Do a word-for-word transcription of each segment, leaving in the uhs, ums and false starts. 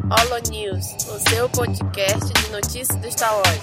Holo News, o seu podcast de notícias do Star Wars.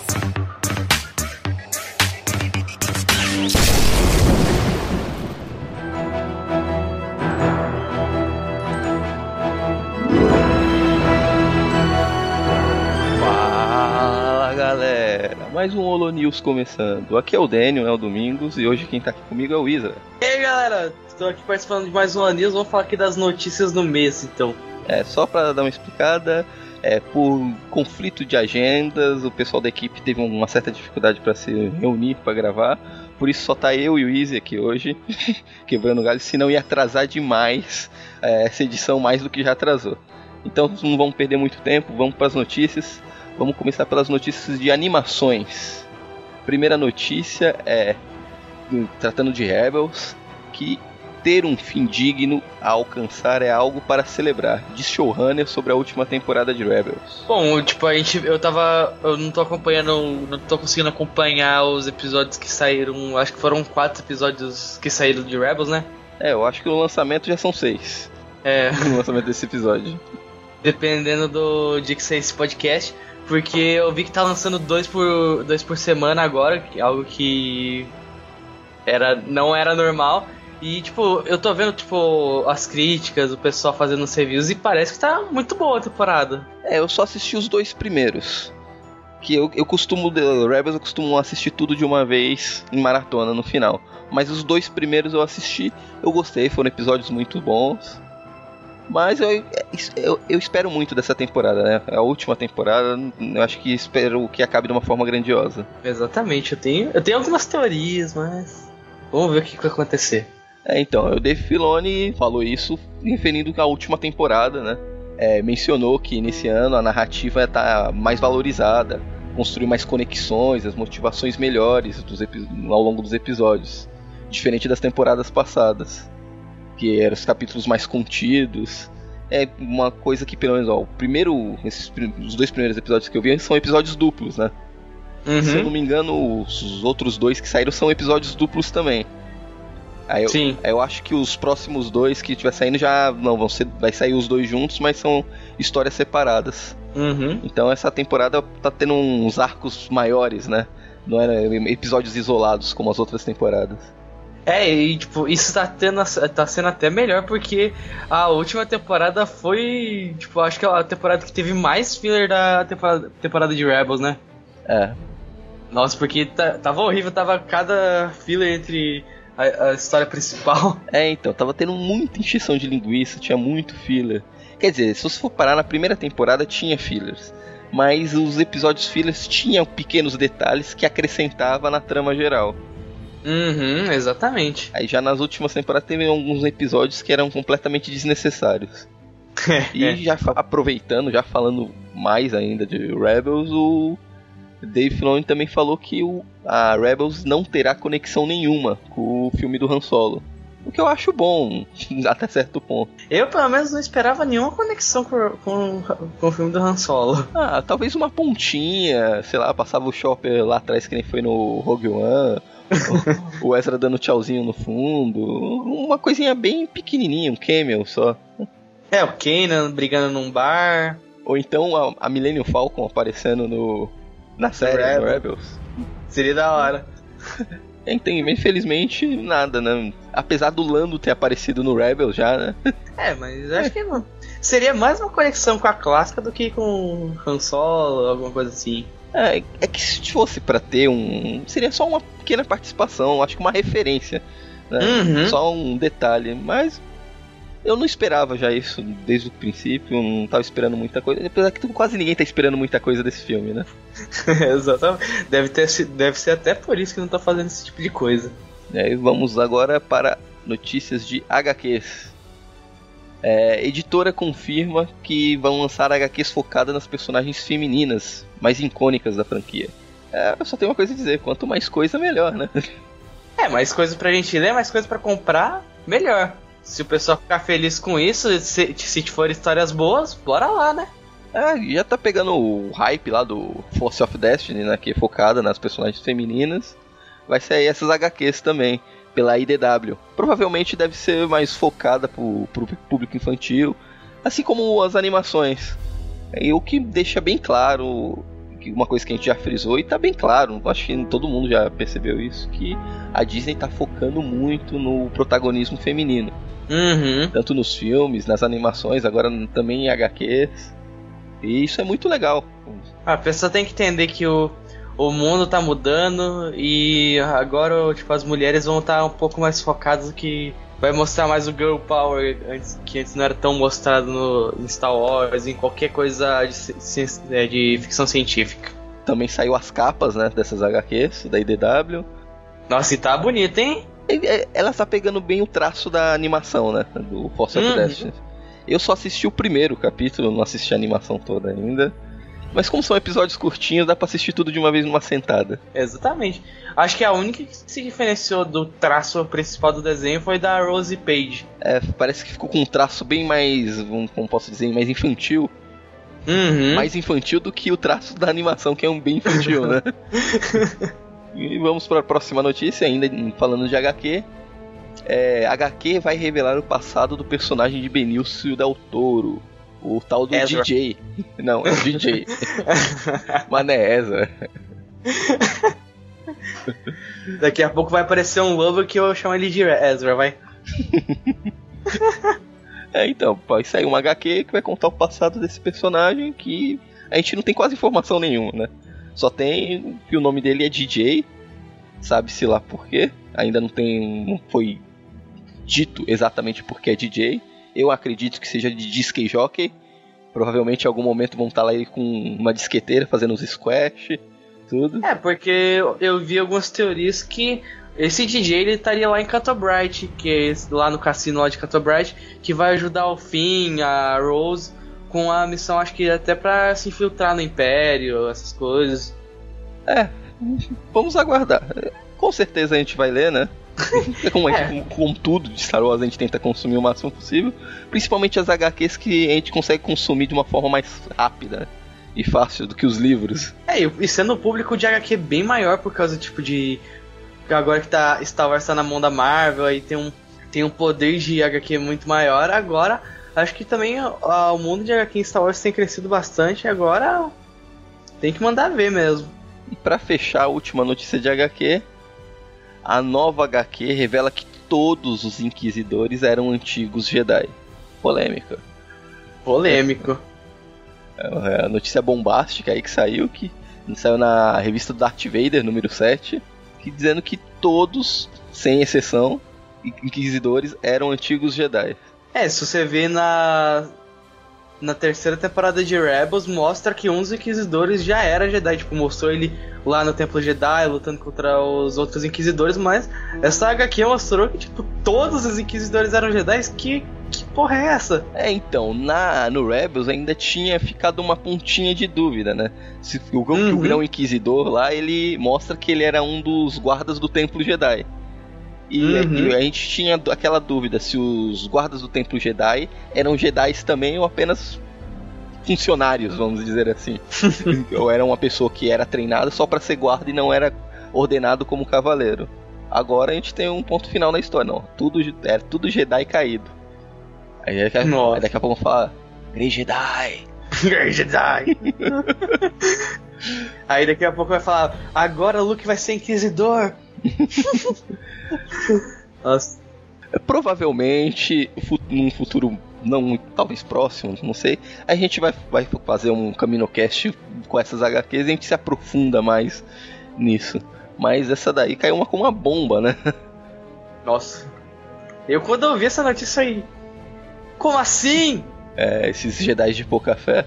Fala galera, mais um Holo News começando. Aqui é o Daniel, é o Domingos, e hoje quem tá aqui comigo é o Isa. E aí galera, estou aqui participando de mais um Holo News, vamos falar aqui das notícias do mês então. É, só pra dar uma explicada, é, por conflito de agendas, o pessoal da equipe teve uma certa dificuldade pra se reunir pra gravar, por isso só tá eu e o Izzy aqui hoje, quebrando galho, senão ia atrasar demais é, essa edição, mais do que já atrasou. Então não vamos perder muito tempo, vamos pras notícias, vamos começar pelas notícias de animações. Primeira notícia é, tratando de Rebels, que ter um fim digno a alcançar é algo para celebrar, diz showrunner sobre a última temporada de Rebels. Bom, tipo, a gente, eu tava, eu não tô acompanhando, não tô conseguindo acompanhar os episódios que saíram, acho que foram quatro episódios que saíram de Rebels, né? É, eu acho que o lançamento já são seis. É. O lançamento desse episódio. Dependendo do dia que sair esse podcast, porque eu vi que tá lançando dois por, dois por semana agora, que é algo que era, não era normal. E, tipo, eu tô vendo, tipo, as críticas, o pessoal fazendo os reviews e parece que tá muito boa a temporada. É, eu só assisti os dois primeiros. Que eu, eu costumo, The Rebels, eu costumo assistir tudo de uma vez em maratona no final. Mas os dois primeiros eu assisti, eu gostei, foram episódios muito bons. Mas eu, eu, eu espero muito dessa temporada, né? É a última temporada, eu acho que espero que acabe de uma forma grandiosa. Exatamente, eu tenho, eu tenho algumas teorias, mas vamos ver o que vai acontecer. É, então, o Dave Filoni falou isso referindo à última temporada, né? É, mencionou que nesse ano a narrativa está mais valorizada, construiu mais conexões, as motivações melhores dos epi- ao longo dos episódios, diferente das temporadas passadas, que eram os capítulos mais contidos. É uma coisa que, pelo menos, ó, o primeiro, esses, os dois primeiros episódios que eu vi são episódios duplos, né? Uhum. Se eu não me engano, os outros dois que saíram são episódios duplos também. Aí eu, Sim. Aí eu acho que os próximos dois que estiver saindo já não vão ser, vai sair os dois juntos, mas são histórias separadas. Uhum. Então essa temporada tá tendo uns arcos maiores, né? Não eram episódios isolados como as outras temporadas. É, e tipo, isso tá, tendo, tá sendo até melhor porque a última temporada foi, tipo, acho que é a temporada que teve mais filler da temporada, temporada de Rebels, né? É. Nossa, porque tá, tava horrível, tava cada filler entre a, a história principal. É, então, tava tendo muita encheção de linguiça, tinha muito filler. Quer dizer, se você for parar na primeira temporada, tinha fillers. Mas os episódios fillers tinham pequenos detalhes que acrescentava na trama geral. Uhum, exatamente. Aí já nas últimas temporadas teve alguns episódios que eram completamente desnecessários. E já fa- aproveitando, já falando mais ainda de Rebels, o Dave Filoni também falou que o, a Rebels não terá conexão nenhuma com o filme do Han Solo. O que eu acho bom, até certo ponto. Eu, pelo menos, não esperava nenhuma conexão com, com, com o filme do Han Solo. Ah, talvez uma pontinha, sei lá, passava o Chopper lá atrás que nem foi no Rogue One, o Ezra dando tchauzinho no fundo, uma coisinha bem pequenininha, um cameo só. É, o Kanan brigando num bar. Ou então a, a Millennium Falcon aparecendo no, na série Rebel. do Rebels. Seria da hora. Então, infelizmente, nada, né? Apesar do Lando ter aparecido no Rebels já, né? É, mas acho que não. Seria mais uma conexão com a clássica do que com Han Solo, alguma coisa assim. É, é que se fosse pra ter um... Seria só uma pequena participação, acho que uma referência, né? Uhum. Só um detalhe, mas eu não esperava já isso desde o princípio, não tava esperando muita coisa, apesar que quase ninguém tá esperando muita coisa desse filme, né? Exatamente. Deve, ter, deve ser até por isso que não tá fazendo esse tipo de coisa. É, e vamos agora para notícias de agá quês. É, editora confirma que vão lançar agá quês focadas nas personagens femininas mais icônicas da franquia. É, eu só tenho uma coisa a dizer, quanto mais coisa, melhor, né? É, mais coisa pra gente ler, mais coisa pra comprar, melhor. Se o pessoal ficar feliz com isso, se, se for histórias boas, bora lá, né? É, já tá pegando o hype lá do Force of Destiny, né, que é focada nas personagens femininas. Vai sair essas agá quês também, pela I D W. Provavelmente deve ser mais focada pro, pro público infantil, assim como as animações. E o que deixa bem claro, uma coisa que a gente já frisou e tá bem claro, acho que todo mundo já percebeu isso, que a Disney tá focando muito no protagonismo feminino. Uhum. Tanto nos filmes, nas animações, agora também em agá quês. E isso é muito legal. A pessoa tem que entender que o, o mundo tá mudando e agora tipo, as mulheres vão estar um pouco mais focadas, que vai mostrar mais o girl power, antes, que antes não era tão mostrado no, em Star Wars, em qualquer coisa de, de ficção científica. Também saiu as capas, né, dessas agá quês, da I D W. Nossa, e tá bonito, hein? Ela tá pegando bem o traço da animação, né, do Force of Uhum. Destiny. Eu só assisti o primeiro capítulo, não assisti a animação toda ainda. Mas como são episódios curtinhos, dá pra assistir tudo de uma vez numa sentada. Exatamente. Acho que a única que se diferenciou do traço principal do desenho foi da Rosie Page. É, parece que ficou com um traço bem mais, como posso dizer, mais infantil. Uhum. Mais infantil do que o traço da animação, que é um bem infantil, né? E vamos para a próxima notícia, ainda falando de agá quê. É, agá quê vai revelar o passado do personagem de Benício Del Toro, o tal do Ezra. D J. Não, é o D J. Mas não é Ezra. Daqui a pouco vai aparecer um lobo que eu chamo ele de Ezra, vai. É, então, vai sair um agá quê que vai contar o passado desse personagem, que a gente não tem quase informação nenhuma, né? Só tem que o nome dele é D J, sabe-se lá por quê. Ainda não tem, não foi dito exatamente por que é D J. Eu acredito que seja de disc jockey. Provavelmente em algum momento vão estar lá aí com uma disqueteira fazendo os squash, tudo. É, porque eu, eu vi algumas teorias que esse D J ele estaria lá em Canto Bright, que é esse, lá no cassino lá de Canto Bright, que vai ajudar o Finn, a Rose, com a missão, acho que até pra se infiltrar no Império, essas coisas. É, vamos aguardar. Com certeza a gente vai ler, né? Como, É. como, como tudo de Star Wars a gente tenta consumir o máximo possível. Principalmente as agá quês que a gente consegue consumir de uma forma mais rápida e fácil do que os livros. É, e e sendo o público de agá quê bem maior por causa, tipo, de... Agora que tá, Star Wars tá na mão da Marvel, aí tem um, tem um poder de agá quê muito maior. Agora, acho que também ó, o mundo de agá quê em Star Wars tem crescido bastante. Agora, tem que mandar ver mesmo. E pra fechar a última notícia de agá quê, a nova agá quê revela que todos os Inquisidores eram antigos Jedi. Polêmica. Polêmico. É a notícia bombástica aí que saiu, que saiu na revista do Darth Vader, número sete, que dizendo que todos, sem exceção, Inquisidores eram antigos Jedi. É, se você vê na na terceira temporada de Rebels, mostra que um dos Inquisidores já era Jedi, tipo, mostrou ele lá no Templo Jedi, lutando contra os outros Inquisidores, mas essa agá quê mostrou que, tipo, todos os Inquisidores eram Jedi, que, que porra é essa? É, então, na, no Rebels ainda tinha ficado uma pontinha de dúvida, né? Se, o, Uhum. o Grão Inquisidor lá, ele mostra que ele era um dos guardas do Templo Jedi. E, Uhum. e a gente tinha aquela dúvida se os guardas do Templo Jedi eram Jedis também ou apenas funcionários, vamos dizer assim. Ou era uma pessoa que era treinada só pra ser guarda e não era ordenado como cavaleiro. Agora a gente tem um ponto final na história, não. Tudo, era tudo Jedi caído. Aí daqui a, Nossa. aí daqui a pouco vão falar, Grey Jedi. Jedi! Aí daqui a pouco vai falar, agora o Luke vai ser Inquisidor! Nossa. Provavelmente, fu- num futuro não muito, talvez próximo, não sei, a gente vai, vai fazer um CaminoCast com essas agá quês e a gente se aprofunda mais nisso. Mas essa daí caiu uma, com uma bomba, né? Nossa. Eu quando eu vi essa notícia aí, como assim? É, esses Jedi de pouca fé.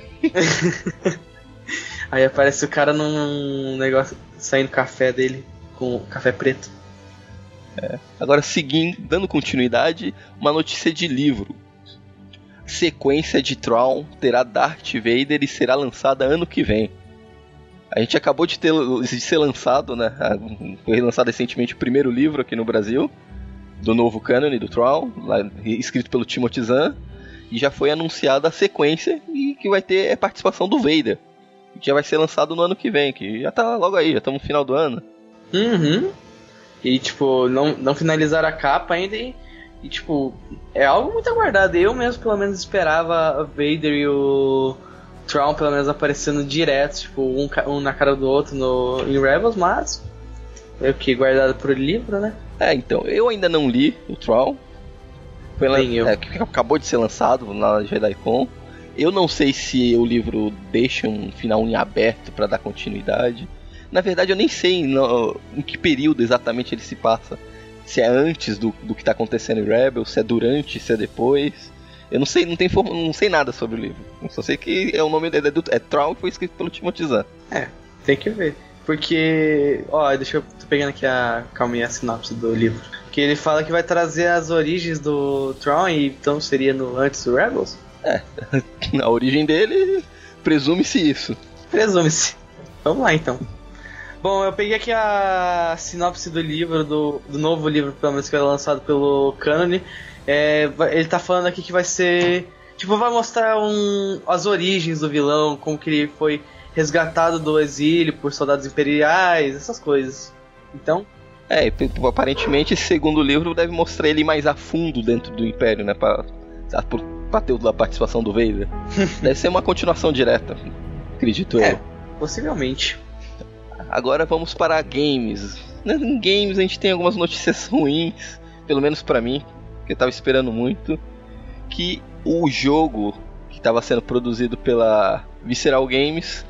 Aí aparece o cara num negócio, saindo café dele, com café preto. Agora, seguindo, dando continuidade, uma notícia de livro. Sequência de Thrawn terá Darth Vader e será lançada ano que vem. A gente acabou de, ter, de ser lançado, né? Foi lançado recentemente o primeiro livro aqui no Brasil, do novo canon do Thrawn, lá, escrito pelo Timothy Zahn, e já foi anunciada a sequência e que vai ter a participação do Vader, que já vai ser lançado no ano que vem, que já tá logo aí, já estamos no final do ano. Uhum. E tipo, não, não finalizaram a capa ainda e, e tipo, é algo muito aguardado. Eu mesmo pelo menos esperava Vader e o, Thrawn pelo menos aparecendo direto, tipo, um, um na cara do outro no, em Rebels, mas é o que guardado pro livro, né? É, então, eu ainda não li o Thrawn. Foi lan- Nem eu. é, que acabou de ser lançado na JediCon. Eu não sei se o livro deixa um final em aberto pra dar continuidade. Na verdade, eu nem sei no, em que período exatamente ele se passa. Se é antes do, do que tá acontecendo em Rebels, se é durante, se é depois. Eu não sei, não, tem, não sei nada sobre o livro. Eu só sei que é o nome dele, é, do, é Thrawn, foi escrito pelo Timothy Zahn. É, tem que ver. Porque, ó, deixa eu... tô pegando aqui a... calma aí, a sinopse do livro. Que ele fala que vai trazer as origens do Thrawn, e então seria no antes do Rebels? É, a origem dele, presume-se isso. Presume-se. Vamos lá, então. Bom, eu peguei aqui a sinopse do livro, do, do novo livro, pelo menos, que foi lançado pelo Canon. É, ele tá falando aqui que vai ser... Tipo, vai mostrar um, as origens do vilão, como que ele foi resgatado do exílio por soldados imperiais, essas coisas. Então... É, aparentemente esse segundo livro deve mostrar ele mais a fundo dentro do Império, né? Pra, pra ter a participação do Vader. Deve ser uma continuação direta, acredito é, eu. Possivelmente. Agora vamos para games. Em games a gente tem algumas notícias ruins, pelo menos pra mim, que eu tava esperando muito. Que o jogo que estava sendo produzido pela Visceral Games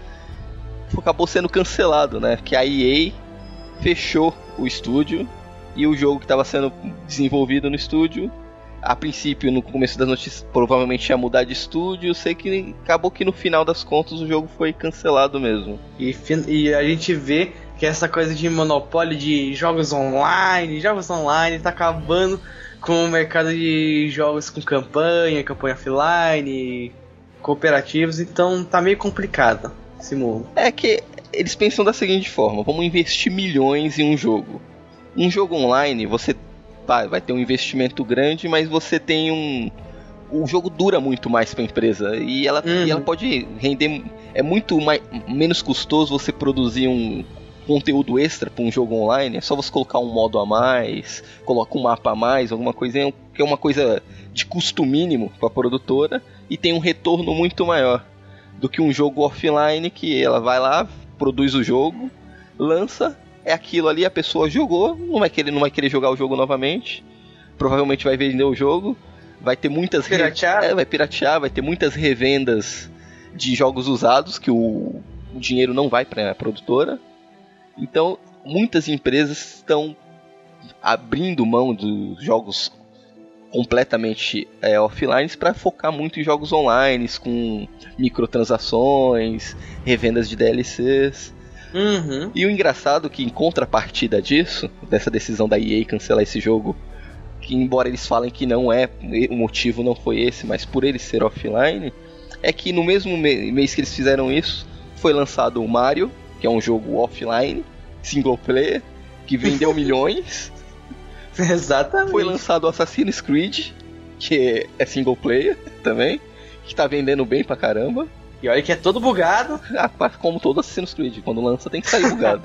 acabou sendo cancelado, né? Que a E A fechou o estúdio e o jogo que estava sendo desenvolvido no estúdio, a princípio, no começo das notícias, provavelmente ia mudar de estúdio. Sei que acabou que no final das contas o jogo foi cancelado mesmo. E, e a gente vê que essa coisa de monopólio de jogos online, jogos online tá acabando com o mercado de jogos com campanha, campanha offline, cooperativos, então tá meio complicado esse mundo. É que eles pensam da seguinte forma: vamos investir milhões em um jogo. Um jogo online, você vai, vai ter um investimento grande, mas você tem um... O jogo dura muito mais para a empresa e ela, uhum. e ela pode render... É muito mais, menos custoso você produzir um conteúdo extra para um jogo online. É só você colocar um modo a mais, coloca um mapa a mais, alguma coisinha, que é uma coisa de custo mínimo para a produtora e tem um retorno muito maior do que um jogo offline, que ela vai lá, produz o jogo, lança, é aquilo ali, a pessoa jogou, não vai querer, não vai querer jogar o jogo novamente, provavelmente vai vender o jogo, vai ter muitas piratear, re... é, vai piratear, vai ter muitas revendas de jogos usados, que o, o dinheiro não vai para a produtora. Então, muitas empresas estão abrindo mão dos jogos completamente é, offline para focar muito em jogos online, com microtransações, revendas de D L Cs. Uhum. E o engraçado é que, em contrapartida disso, dessa decisão da E A cancelar esse jogo, que embora eles falem que não é, o motivo não foi esse, mas por ele ser offline, é que no mesmo mês que eles fizeram isso, foi lançado o Mario, que é um jogo offline, single player, que vendeu milhões. Exatamente. Foi lançado o Assassin's Creed, que é single player também, que tá vendendo bem pra caramba. E olha que é todo bugado. Como todo Assassin's Creed, quando lança tem que sair bugado.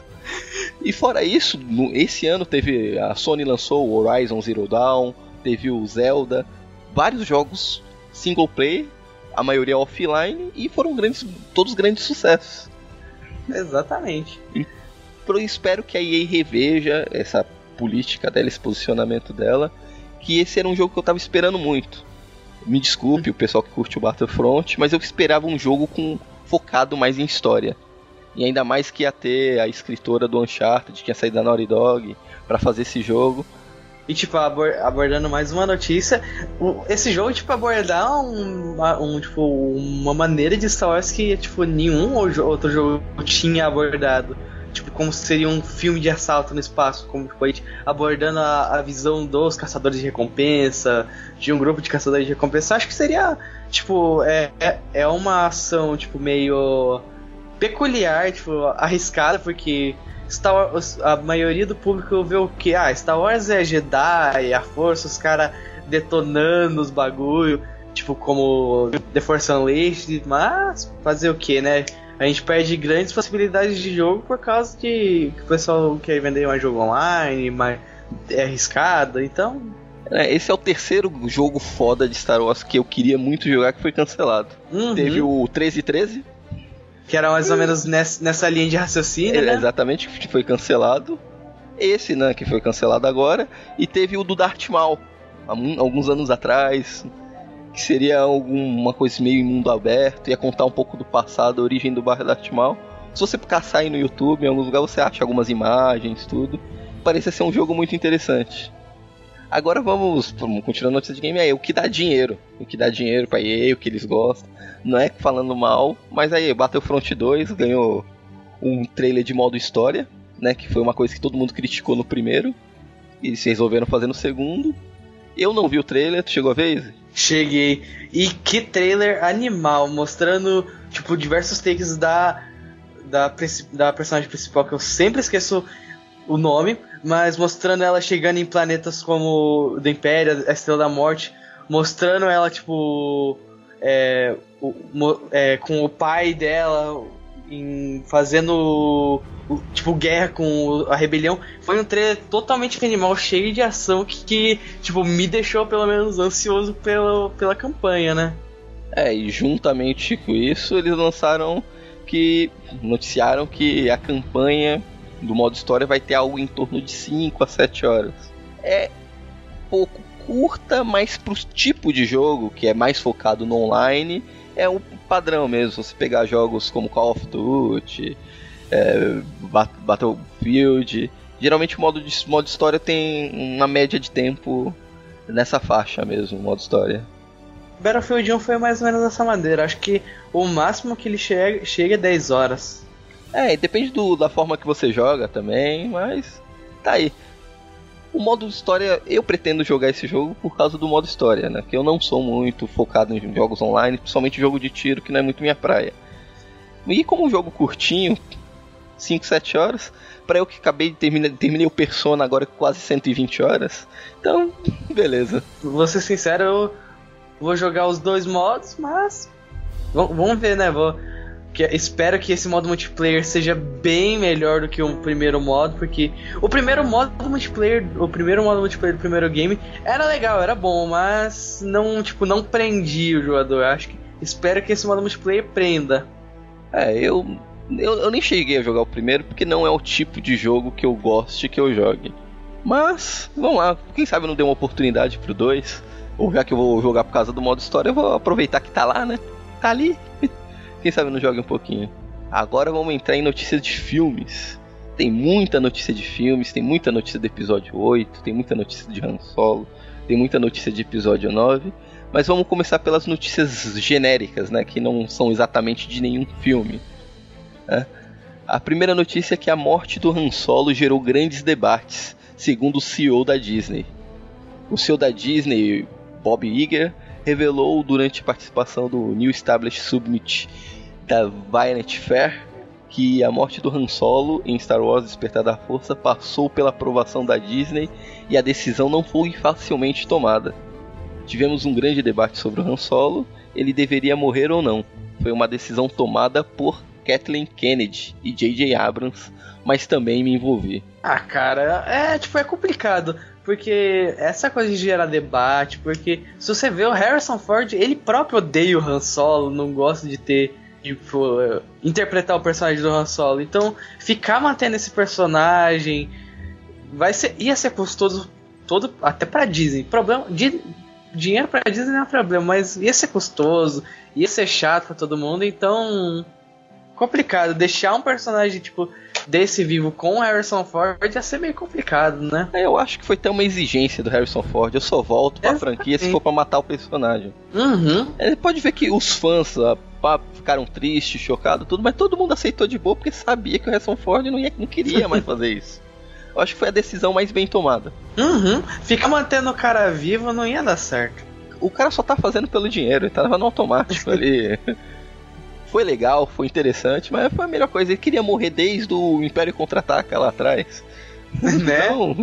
E fora isso, no, esse ano teve, a Sony lançou o Horizon Zero Dawn, teve o Zelda, vários jogos single player, a maioria offline, e foram grandes, todos grandes sucessos. Exatamente. E eu espero que a E A reveja essa política dela, esse posicionamento dela, que esse era um jogo que eu tava esperando muito. Me desculpe o pessoal que curte o Battlefront, mas eu esperava um jogo com, focado mais em história. E ainda mais que ia ter a escritora do Uncharted, que ia sair da Naughty Dog, pra fazer esse jogo. E tipo, abordando mais uma notícia, esse jogo, tipo, abordar um, um, tipo, uma maneira de Star Wars que, tipo, nenhum outro jogo tinha abordado. Tipo, como seria um filme de assalto no espaço, como tipo, a gente abordando a, a visão dos caçadores de recompensa, de um grupo de caçadores de recompensa. Acho que seria, tipo, é, é, é uma ação, tipo, meio peculiar, tipo, arriscada, porque Star Wars, a maioria do público vê o que? Ah, Star Wars é Jedi, a força, os caras detonando os bagulho, tipo, como The Force Unleashed, mas fazer o que, né? A gente perde grandes possibilidades de jogo por causa de que o pessoal quer vender mais jogo online, mais é arriscado, então É, esse é o terceiro jogo foda de Star Wars que eu queria muito jogar, que foi cancelado. Uhum. Teve o treze treze. Que era mais ou menos nessa, nessa linha de raciocínio, é, né? Exatamente, que foi cancelado. Esse, né, que foi cancelado agora. E teve o do Darth Maul, há alguns anos atrás, que seria alguma coisa meio em mundo aberto, ia contar um pouco do passado, a origem do Darth Maul. Se você caçar aí no YouTube, em alguns lugares você acha algumas imagens, tudo. Parece ser um jogo muito interessante. Agora vamos, vamos continuar a notícia de game aí, o que dá dinheiro. O que dá dinheiro pra E A, o que eles gostam. Não é falando mal, mas aí, Battlefront dois ganhou um trailer de modo história, né? Que foi uma coisa que todo mundo criticou no primeiro. E eles resolveram fazer no segundo. Eu não vi o trailer, tu chegou a ver, Izzy? Cheguei. E que trailer animal, mostrando, tipo, diversos takes da, da, da personagem principal, que eu sempre esqueço o nome, mas mostrando ela chegando em planetas como o do Império, a Estrela da Morte, mostrando ela, tipo, é, o, é, com o pai dela, em, fazendo, tipo, guerra com a rebelião. Foi um trailer totalmente animal, cheio de ação, que, que tipo, me deixou, pelo menos, ansioso pela, pela campanha, né? É, e juntamente com isso, eles lançaram que, noticiaram que a campanha do modo história vai ter algo em torno de cinco a sete horas. É pouco curta, mas pro tipo de jogo, que é mais focado no online, é um padrão mesmo. Se você pegar jogos como Call of Duty, é, Battlefield, geralmente o modo, de, modo história tem uma média de tempo nessa faixa mesmo, modo história. Battlefield um foi mais ou menos dessa maneira. Acho que o máximo que ele chega, chega é dez horas. É, depende do, da forma que você joga também, mas tá aí. O modo história, eu pretendo jogar esse jogo por causa do modo história, né? Que eu não sou muito focado em jogos online, principalmente jogo de tiro, que não é muito minha praia. E como um jogo curtinho, cinco, sete horas, pra eu que acabei de terminar, terminei o Persona agora com quase cento e vinte horas, então, beleza. Vou ser sincero, eu vou jogar os dois modos, mas v- vamos ver, né? Vou... Que, espero que esse modo multiplayer seja bem melhor do que o primeiro modo, porque o primeiro modo multiplayer, o primeiro modo multiplayer do primeiro game era legal, era bom, mas não, tipo, não prendia o jogador. Acho que espero que esse modo multiplayer prenda. É, eu, eu eu nem cheguei a jogar o primeiro porque não é o tipo de jogo que eu goste que eu jogue. Mas vamos lá, quem sabe eu não dei uma oportunidade pro dois, ou já que eu vou jogar por causa do modo história, eu vou aproveitar que tá lá, né? Tá ali. Quem sabe não jogue um pouquinho. Agora vamos entrar em notícias de filmes. Tem muita notícia de filmes, tem muita notícia do episódio oito, tem muita notícia de Han Solo, tem muita notícia de episódio nove. Mas vamos começar pelas notícias genéricas, né, que não são exatamente de nenhum filme. Né? A primeira notícia é que a morte do Han Solo gerou grandes debates, segundo o C E O da Disney. O C E O da Disney, Bob Iger, revelou durante a participação do New Established Summit da Vanity Fair que a morte do Han Solo em Star Wars Despertar da Força passou pela aprovação da Disney e a decisão não foi facilmente tomada. Tivemos um grande debate sobre o Han Solo, ele deveria morrer ou não. Foi uma decisão tomada por Kathleen Kennedy e J J Abrams, mas também me envolvi. Ah, cara, é tipo, é complicado, porque essa coisa de gerar debate, porque se você vê o Harrison Ford, ele próprio odeia o Han Solo, não gosta de ter, tipo, interpretar o personagem do Han Solo, então ficar mantendo esse personagem vai ser, ia ser custoso todo, até pra Disney. Problema, di, dinheiro pra Disney não é um problema, mas ia ser custoso, ia ser chato pra todo mundo, então complicado, deixar um personagem tipo desse vivo com o Harrison Ford ia ser meio complicado, né? Eu acho que foi até uma exigência do Harrison Ford. Eu só volto pra Exatamente. franquia se for pra matar o personagem. Uhum. É, pode ver que os fãs ah, pá, ficaram tristes, chocados, tudo, mas todo mundo aceitou de boa porque sabia que o Harrison Ford não, ia, não queria mais fazer isso. Eu acho que foi a decisão mais bem tomada. Uhum. Ficar mantendo o cara vivo não ia dar certo. O cara só tá fazendo pelo dinheiro, ele tava no automático ali. Foi legal, foi interessante, mas foi a melhor coisa. Ele queria morrer desde o Império Contra-Ataca lá atrás. Né? Então,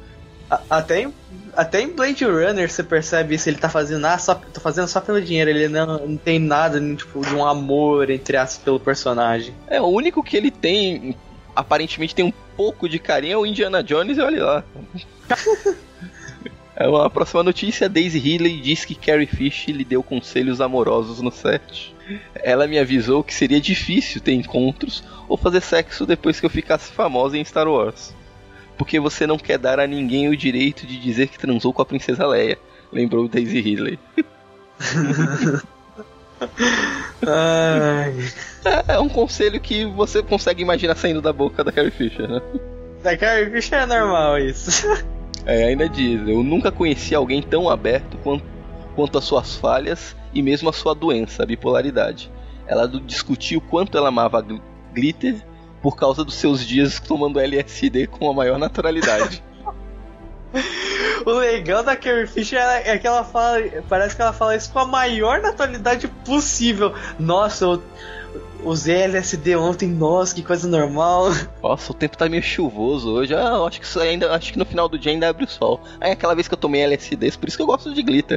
A- Até em, até em Blade Runner você percebe isso, ele tá fazendo, ah, só, tô fazendo só pelo dinheiro, ele não, não tem nada tipo, de um amor, entre aspas, pelo personagem. é, o único que ele tem, aparentemente tem um pouco de carinho, é o Indiana Jones, e olha lá. A próxima notícia, Daisy Ridley diz que Carrie Fisher lhe deu conselhos amorosos no set. Ela me avisou que seria difícil ter encontros ou fazer sexo depois que eu ficasse famosa em Star Wars. Porque você não quer dar a ninguém o direito de dizer que transou com a princesa Leia, lembrou Daisy Ridley. Ai. É, é um conselho que você consegue imaginar saindo da boca da Carrie Fisher, né? Da Carrie Fisher é normal isso. É, ainda diz, eu nunca conheci alguém tão aberto quanto, quanto as suas falhas e mesmo a sua doença, a bipolaridade. Ela discutiu o quanto ela amava glitter por causa dos seus dias tomando L S D com a maior naturalidade. O legal da Carrie Fisher é que ela fala, parece que ela fala isso com a maior naturalidade possível. Nossa, eu usei L S D ontem, nossa, que coisa normal. Nossa, o tempo tá meio chuvoso hoje. Ah, eu acho que isso ainda, acho que no final do dia ainda abre o sol. Aí aquela vez que eu tomei L S D, por isso que eu gosto de glitter.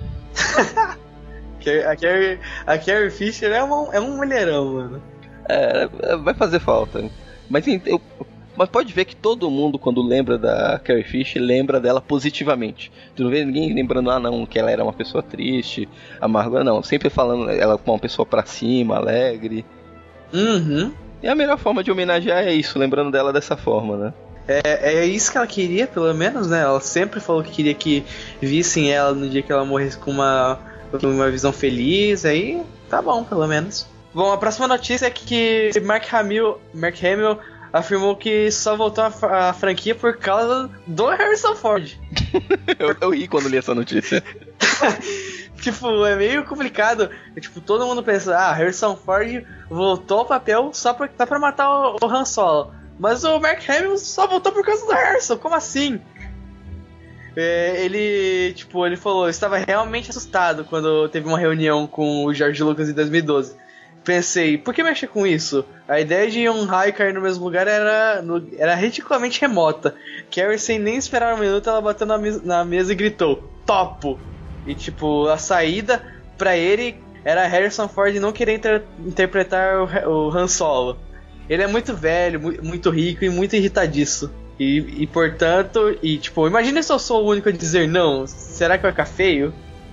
a, Carrie, a Carrie Fisher é, uma, é um mulherão, mano. É, vai fazer falta. Mas eu, mas pode ver que todo mundo, quando lembra da Carrie Fisher, lembra dela positivamente. Tu não vê ninguém lembrando, ah não, que ela era uma pessoa triste, amargura, não. Sempre falando ela como uma pessoa pra cima, alegre. Uhum. E a melhor forma de homenagear é isso, lembrando dela dessa forma, né? É, é isso que ela queria, pelo menos, né? Ela sempre falou que queria que vissem ela no dia que ela morresse com uma, com uma visão feliz. Aí tá bom, pelo menos. Bom, a próxima notícia é que Mark Hamill, Mark Hamill afirmou que só voltou à franquia por causa do Harrison Ford. eu, eu ri quando li essa notícia. Tipo, é meio complicado. Tipo, todo mundo pensa, ah, Harrison Ford voltou ao papel só pra, só pra matar o, o Han Solo. Mas o Mark Hamill só voltou por causa do Harrison, como assim? É, ele, tipo, ele falou, eu estava realmente assustado quando teve uma reunião com o George Lucas em dois mil e doze. Pensei, por que mexer com isso? A ideia de um raio cair no mesmo lugar era, no, era ridiculamente remota. Carrie, sem nem esperar um minuto, ela bateu na, mes- na mesa e gritou, topo! E tipo, a saída pra ele era Harrison Ford não querer inter- interpretar o, o Han Solo. Ele é muito velho, mu- muito rico e muito irritadiço. E, e portanto, e tipo, imagina se eu sou o único a dizer não, será que vai ficar feio?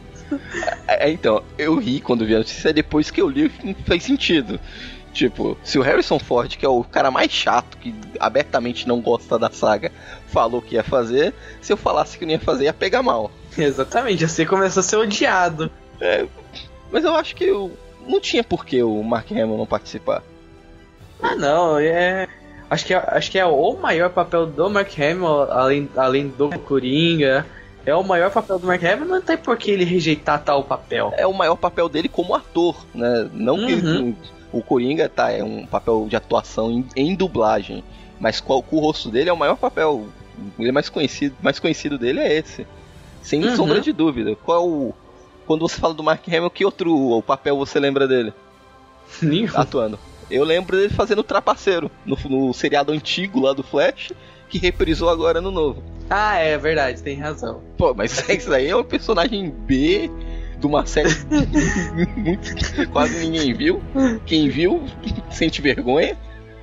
É, então, eu ri quando vi a notícia, depois que eu li fez sentido. Tipo, se o Harrison Ford, que é o cara mais chato, que abertamente não gosta da saga, falou que ia fazer, se eu falasse que não ia fazer, ia pegar mal. Exatamente, assim começou a ser odiado. É, mas eu acho que eu, não tinha por que o Mark Hamill não participar. Ah não, é... Acho que é, acho que é o maior papel do Mark Hamill, além, além do Coringa. É o maior papel do Mark Hamill, não tem por que ele rejeitar tal papel. É o maior papel dele como ator, né? Não Uhum. que ele, o Coringa tá, é um papel de atuação em, em dublagem, mas qual, com o rosto dele é o maior papel. Ele é mais conhecido, mais conhecido dele é esse. Sem Uhum. sombra de dúvida. Qual é o, quando você fala do Mark Hamill, que outro o papel você lembra dele Nenhum. atuando? Eu lembro dele fazendo o Trapaceiro no, no seriado antigo lá do Flash, que reprisou agora no novo. Ah, é verdade, tem razão. Pô, mas isso aí é um personagem B de uma série muito, quase ninguém viu. Quem viu sente vergonha.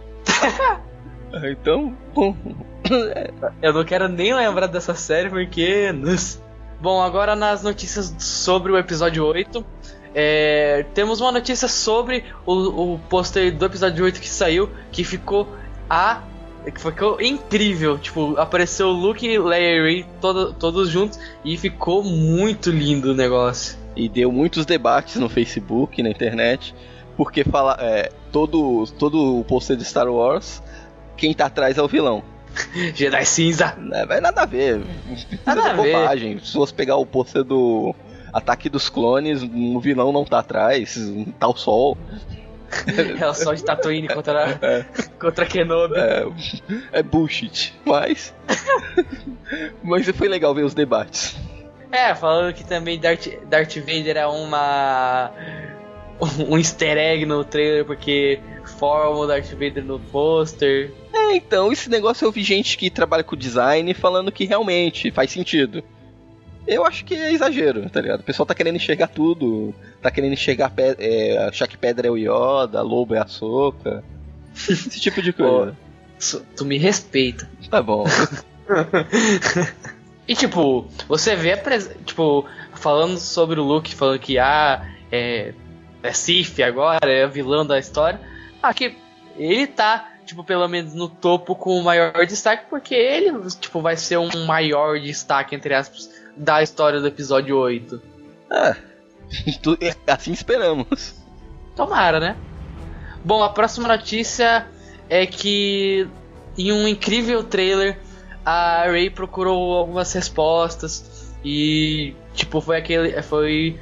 Então, bom. Eu não quero nem lembrar dessa série porque... Bom, agora nas notícias sobre o episódio oito, é, temos uma notícia sobre o, o pôster do episódio oito que saiu, que ficou a... que ficou incrível. Tipo, apareceu o Luke e Leia e Rey todo, todos juntos e ficou muito lindo o negócio. E deu muitos debates no Facebook, na internet, porque fala, é, todo, todo o pôster de Star Wars, quem tá atrás é o vilão. Jedi cinza. Não vai nada a ver. Nada é a ver. bobagem. Se você pegar o pôster do Ataque dos Clones, o vilão não tá atrás, tá o Sol. É o Sol de Tatooine contra, é. contra Kenobi. É, é bullshit, mas... mas foi legal ver os debates. É, falando que também Darth, Darth Vader é uma... um easter egg no trailer, porque forma o Darth Vader no pôster. É, então, esse negócio eu vi gente que trabalha com design falando que realmente faz sentido. Eu acho que é exagero, tá ligado? O pessoal tá querendo enxergar tudo. Tá querendo enxergar, pe- é, achar que Pedra é o Yoda, Lobo é a Ahsoka. Esse tipo de coisa. Oh, tu me respeita. Tá bom. E tipo, você vê, tipo, falando sobre o Luke, falando que ah, é, é Sith agora, é vilão da história. Aqui, ele tá, tipo, pelo menos no topo com o maior destaque, porque ele, tipo, vai ser um maior destaque, entre aspas, da história do episódio oito. Ah, assim esperamos. Tomara, né? Bom, a próxima notícia é que em um incrível trailer a Rey procurou algumas respostas e tipo foi aquele foi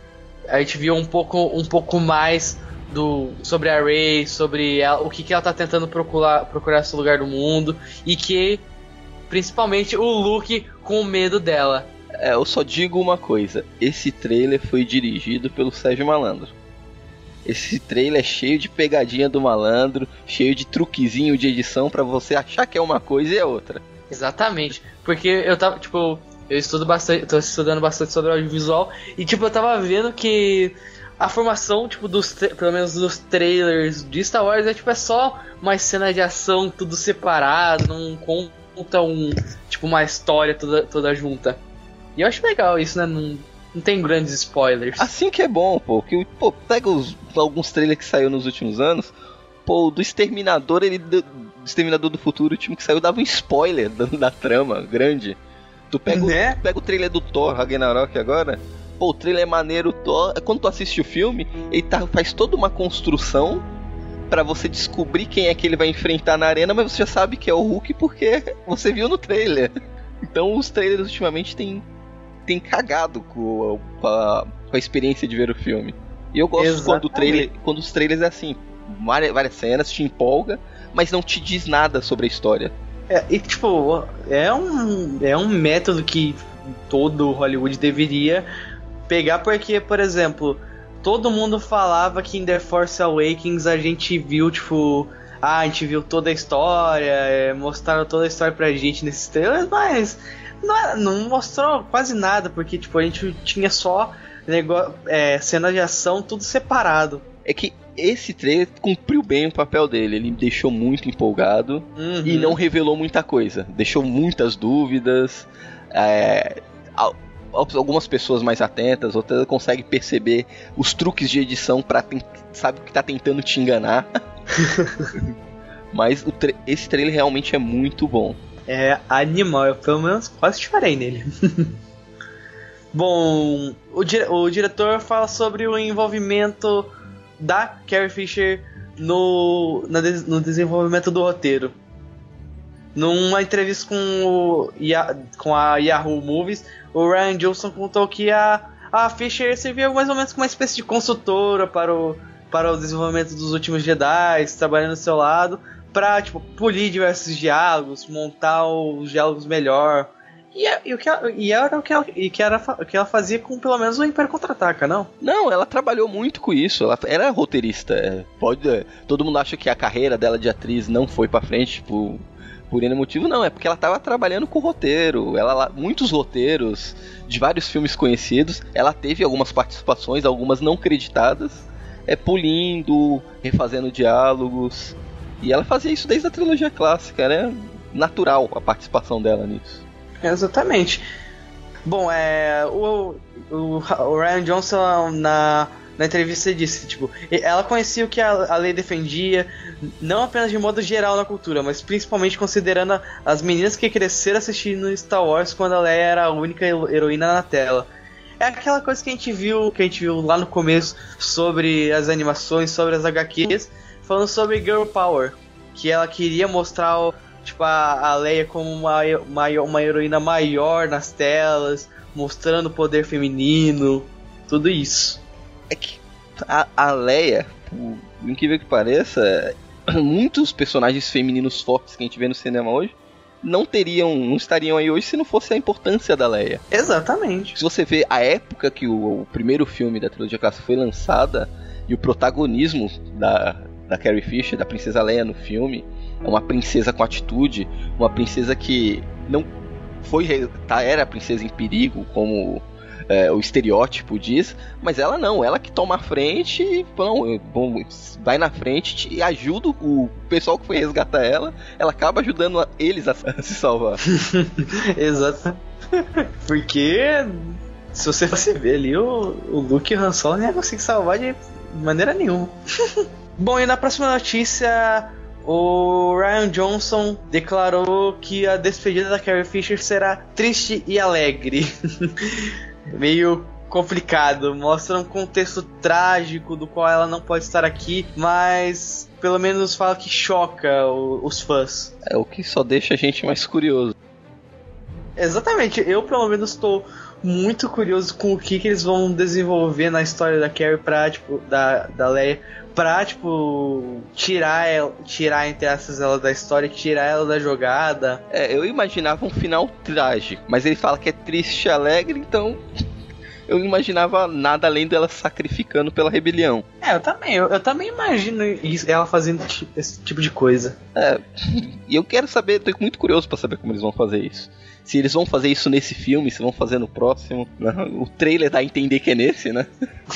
a gente viu um pouco um pouco mais do sobre a Rey, sobre ela, o que que ela tá tentando procurar procurar seu lugar no mundo e que principalmente o Luke com medo dela. É, eu só digo uma coisa, esse trailer foi dirigido pelo Sérgio Malandro. Esse trailer é cheio de pegadinha do malandro, cheio de truquezinho de edição pra você achar que é uma coisa e é outra. Exatamente, porque eu tava, tipo, eu estudo bastante, tô estudando bastante sobre audiovisual e, tipo, eu tava vendo que a formação, tipo, dos, pelo menos dos trailers de Star Wars é, tipo, é só uma cena de ação, tudo separado, não conta um, tipo, uma história toda, toda junta. E eu acho legal isso, né, não... Não tem grandes spoilers. Assim que é bom, pô. Que, pô, pega os, alguns trailers que saiu nos últimos anos. Pô, do Exterminador, ele. Do Exterminador do Futuro, o time que saiu dava um spoiler da, da trama grande. Tu pega, né? o, pega o trailer do Thor Ragnarok agora. Pô, o trailer é maneiro. Thor, quando tu assiste o filme, ele tá, faz toda uma construção pra você descobrir quem é que ele vai enfrentar na arena, mas você já sabe que é o Hulk porque você viu no trailer. Então os trailers ultimamente tem. tem cagado com a, com a experiência de ver o filme. E eu gosto quando, o trailer, quando os trailers é assim, várias, várias cenas, te empolga, mas não te diz nada sobre a história. É, e tipo, é um, é um método que todo Hollywood deveria pegar, porque, por exemplo, todo mundo falava que em The Force Awakens a gente viu, tipo, ah, a gente viu toda a história, é, mostraram toda a história pra gente nesses trailers, mas... Não, não mostrou quase nada, porque tipo, a gente tinha só negócio, é, cena de ação, tudo separado. É que esse trailer cumpriu bem o papel dele, ele me deixou muito empolgado uhum. e não revelou muita coisa. Deixou muitas dúvidas, é, algumas pessoas mais atentas, outras conseguem perceber os truques de edição pra ten- sabe que tá tentando te enganar. Mas o tra- esse trailer realmente é muito bom. É animal, eu pelo menos quase chorei nele. Bom, o, dire- o diretor fala sobre o envolvimento da Carrie Fisher no, na des- no desenvolvimento do roteiro. Numa entrevista com, o, com a Yahoo Movies, o Rian Johnson contou que a, a Fisher servia mais ou menos como uma espécie de consultora para o, para o desenvolvimento dos últimos Jedi, trabalhando do seu lado, pra, tipo, polir diversos diálogos, montar os diálogos melhor. E, e, o que ela, e era o que ela, e que era o que ela fazia com pelo menos o Império Contra-Ataca, não? Não, ela trabalhou muito com isso. Ela era roteirista. Pode, todo mundo acha que a carreira dela de atriz não foi pra frente por, por N motivo. Não, é porque ela tava trabalhando com roteiro. Ela, muitos roteiros de vários filmes conhecidos. Ela teve algumas participações, algumas não creditadas. É, polindo, refazendo diálogos. E ela fazia isso desde a trilogia clássica, né? Natural a participação dela nisso. Exatamente. Bom, é, o, o, o Rian Johnson na, na entrevista disse, tipo, ela conhecia o que a, a lei defendia, não apenas de modo geral na cultura, mas principalmente considerando as meninas que cresceram assistindo Star Wars quando a Leia era a única heroína na tela. É aquela coisa que a gente viu, que a gente viu lá no começo sobre as animações, sobre as H Qs, falando sobre Girl Power, que ela queria mostrar o, tipo, a, a Leia como uma, uma, uma heroína maior nas telas, mostrando o poder feminino, tudo isso. É que a, a Leia, por incrível que pareça, muitos personagens femininos fortes que a gente vê no cinema hoje não teriam, não estariam aí hoje se não fosse a importância da Leia. Exatamente. Se você vê a época que o, o primeiro filme da trilogia clássica foi lançada e o protagonismo da, da Carrie Fisher, da princesa Leia no filme, é uma princesa com atitude, uma princesa que não foi, tá, era a princesa em perigo, como é, o estereótipo diz, mas ela não, ela que toma a frente e não, bom, vai na frente e ajuda o pessoal que foi resgatar ela, ela acaba ajudando eles a, a se salvar. Exato. Porque se você perceber ali, o, o Luke e o Han Solo não ia conseguir salvar de maneira nenhuma. Bom, e na próxima notícia, o Rian Johnson declarou que a despedida da Carrie Fisher será triste e alegre. Meio complicado, mostra um contexto trágico do qual ela não pode estar aqui, mas pelo menos fala que choca o, os fãs. É o que só deixa a gente mais curioso. Exatamente, eu pelo menos estou muito curioso com o que, que eles vão desenvolver na história da Carrie pra, tipo, da, da Leia, pra, tipo, tirar ela, tirar entre essas ela da história, tirar ela da jogada. É, eu imaginava um final trágico, mas ele fala que é triste e alegre, então eu não imaginava nada além dela sacrificando pela rebelião. É, eu também, eu, eu também imagino isso, ela fazendo esse tipo de coisa. É, e eu quero saber, tô muito curioso pra saber como eles vão fazer isso. Se eles vão fazer isso nesse filme, se vão fazer no próximo. O trailer dá a entender que é nesse, né?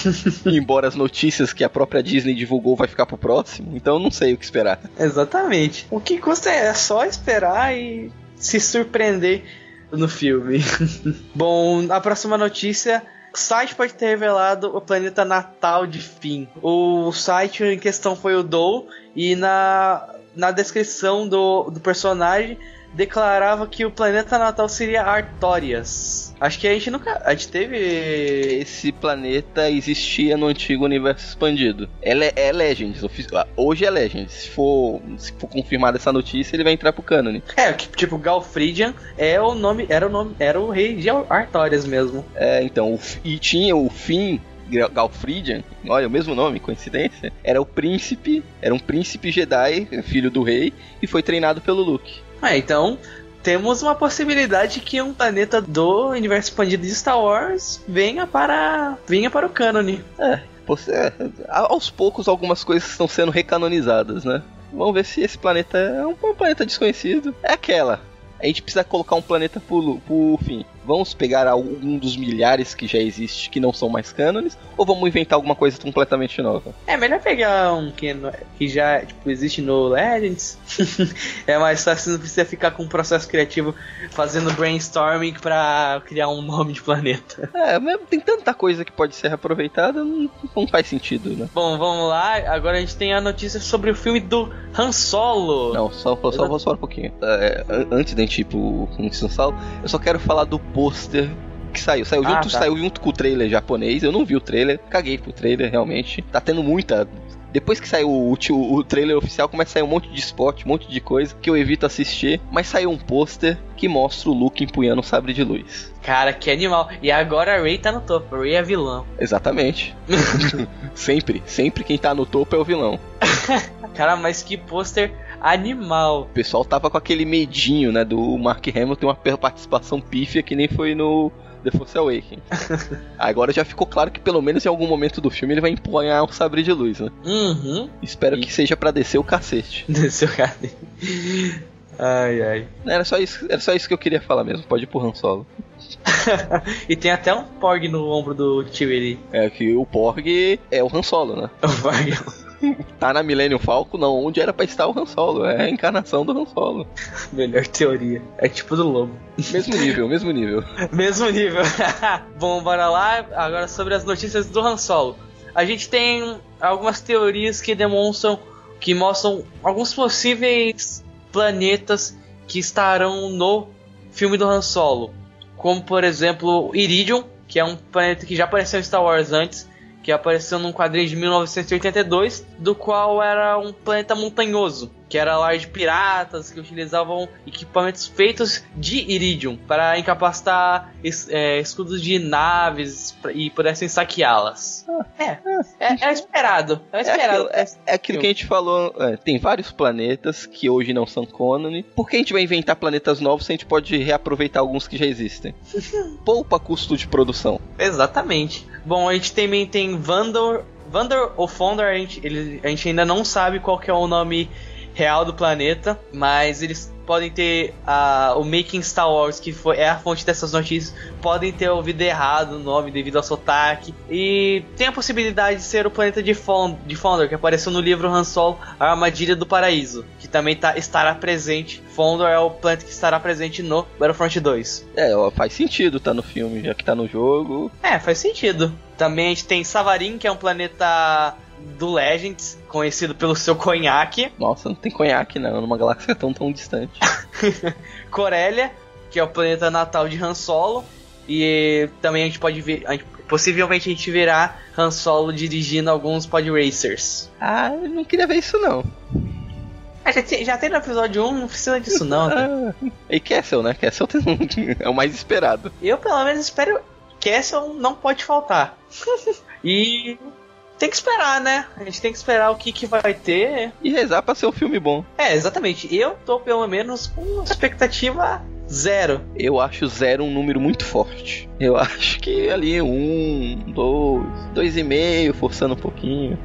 Embora as notícias que a própria Disney divulgou vai ficar pro próximo. Então eu não sei o que esperar. Exatamente. O que custa é só esperar e se surpreender no filme. Bom, a próxima notícia... O site pode ter revelado o planeta natal de Finn. O site em questão foi o Dole. E na, na descrição do, do personagem... declarava que o planeta natal seria Artorias. Acho que a gente nunca... A gente teve... Esse planeta existia no antigo universo expandido. É, le- é Legends. Hoje é Legends. Se for, se for confirmada essa notícia, ele vai entrar pro cânone. É, tipo, Galfridian é o nome... Era o nome... Era o rei de Artorias mesmo. É, então... O, e tinha o Finn... Galfridian, olha, o mesmo nome, coincidência. Era o príncipe, era um príncipe Jedi, filho do rei, e foi treinado pelo Luke. Ah, então temos uma possibilidade que um planeta do universo expandido de Star Wars venha para, venha para o cânone. É, é, aos poucos algumas coisas estão sendo recanonizadas, né? Vamos ver se esse planeta é um, um planeta desconhecido. É aquela. A gente precisa colocar um planeta por, por fim. Vamos pegar algum dos milhares que já existe que não são mais cânones, ou vamos inventar alguma coisa completamente nova? É melhor pegar um que, que já tipo, existe no Legends. É mais fácil, não precisa ficar com um processo criativo fazendo brainstorming pra criar um nome de planeta. É, mas tem tanta coisa que pode ser aproveitada, não, não faz sentido, né? Bom, vamos lá. Agora a gente tem a notícia sobre o filme do Han Solo. Não, só, só, só vou só um pouquinho. É, antes da gente ir pro Han Solo, eu só quero falar do pôster que saiu. Saiu, ah, junto, tá. saiu junto com o trailer japonês. Eu não vi o trailer, caguei pro trailer, realmente. Tá tendo muita... Depois que saiu o, o, o trailer oficial, começa a sair um monte de spot, um monte de coisa que eu evito assistir. Mas saiu um pôster que mostra o Luke empunhando um sabre de luz. Cara, que animal. E agora a Rey tá no topo. A Rey é vilão. Exatamente. Sempre, sempre quem tá no topo é o vilão. Cara, mas que pôster animal. O pessoal tava com aquele medinho, né, do Mark Hamill ter uma participação pífia que nem foi no The Force Awakens. Agora já ficou claro que pelo menos em algum momento do filme ele vai empunhar um sabre de luz, né? Uhum. Espero e... que seja pra descer o cacete. Descer o cacete. Ai, ai. Era só isso, era só isso que eu queria falar mesmo. Pode ir pro Han Solo. E tem até um Porg no ombro do tio ali. É que o Porg é o Han Solo, né? O Porg tá na Millennium Falcon, não, onde era pra estar o Han Solo. É a encarnação do Han Solo. Melhor teoria. É tipo do lobo. Mesmo nível, mesmo nível. Mesmo nível. Bom, bora lá. Agora sobre as notícias do Han Solo. A gente tem algumas teorias que demonstram, que mostram alguns possíveis planetas que estarão no filme do Han Solo. Como, por exemplo, Iridium, que é um planeta que já apareceu em Star Wars antes, que apareceu num quadrinho de mil novecentos e oitenta e dois, do qual era um planeta montanhoso, que era lar de piratas que utilizavam equipamentos feitos de Iridium para incapacitar es, é, escudos de naves e pudessem saqueá-las. Ah, é, é, é esperado. É, esperado. É aquilo, é, é aquilo que a gente falou. É, tem vários planetas que hoje não são cânone. Por que a gente vai inventar planetas novos se a gente pode reaproveitar alguns que já existem? Poupa custo de produção. Exatamente. Bom, a gente também tem Vandor, Vandor ou Fondor, a gente, ele, a gente ainda não sabe qual que é o nome real do planeta, mas eles podem ter uh, o Making Star Wars, que foi, é a fonte dessas notícias, podem ter ouvido errado o nome devido ao sotaque, e tem a possibilidade de ser o planeta de, Fond, de Fondor, que apareceu no livro Han Solo, A Armadilha do Paraíso, que também tá, estará presente. Fondor é o planeta que estará presente no Battlefront dois. É, ó, faz sentido tá no filme, já que tá no jogo. É, faz sentido. Também a gente tem Savarin, que é um planeta do Legends, conhecido pelo seu conhaque. Nossa, não tem conhaque não, numa galáxia tão tão distante. Corellia, que é o planeta natal de Han Solo. E também a gente pode ver, a gente, possivelmente a gente verá Han Solo dirigindo alguns pod racers. Ah, eu não queria ver isso não. Ah, já, tem, já tem no episódio um, não precisa disso não. Ah, e Kessel, né? Kessel é o mais esperado. Eu pelo menos espero. Kessel não pode faltar. E tem que esperar, né? A gente tem que esperar o que, que vai ter. E rezar pra ser um filme bom. É, exatamente. Eu tô pelo menos com expectativa zero. Eu acho zero um número muito forte. Eu acho que ali um, dois, dois e meio, forçando um pouquinho.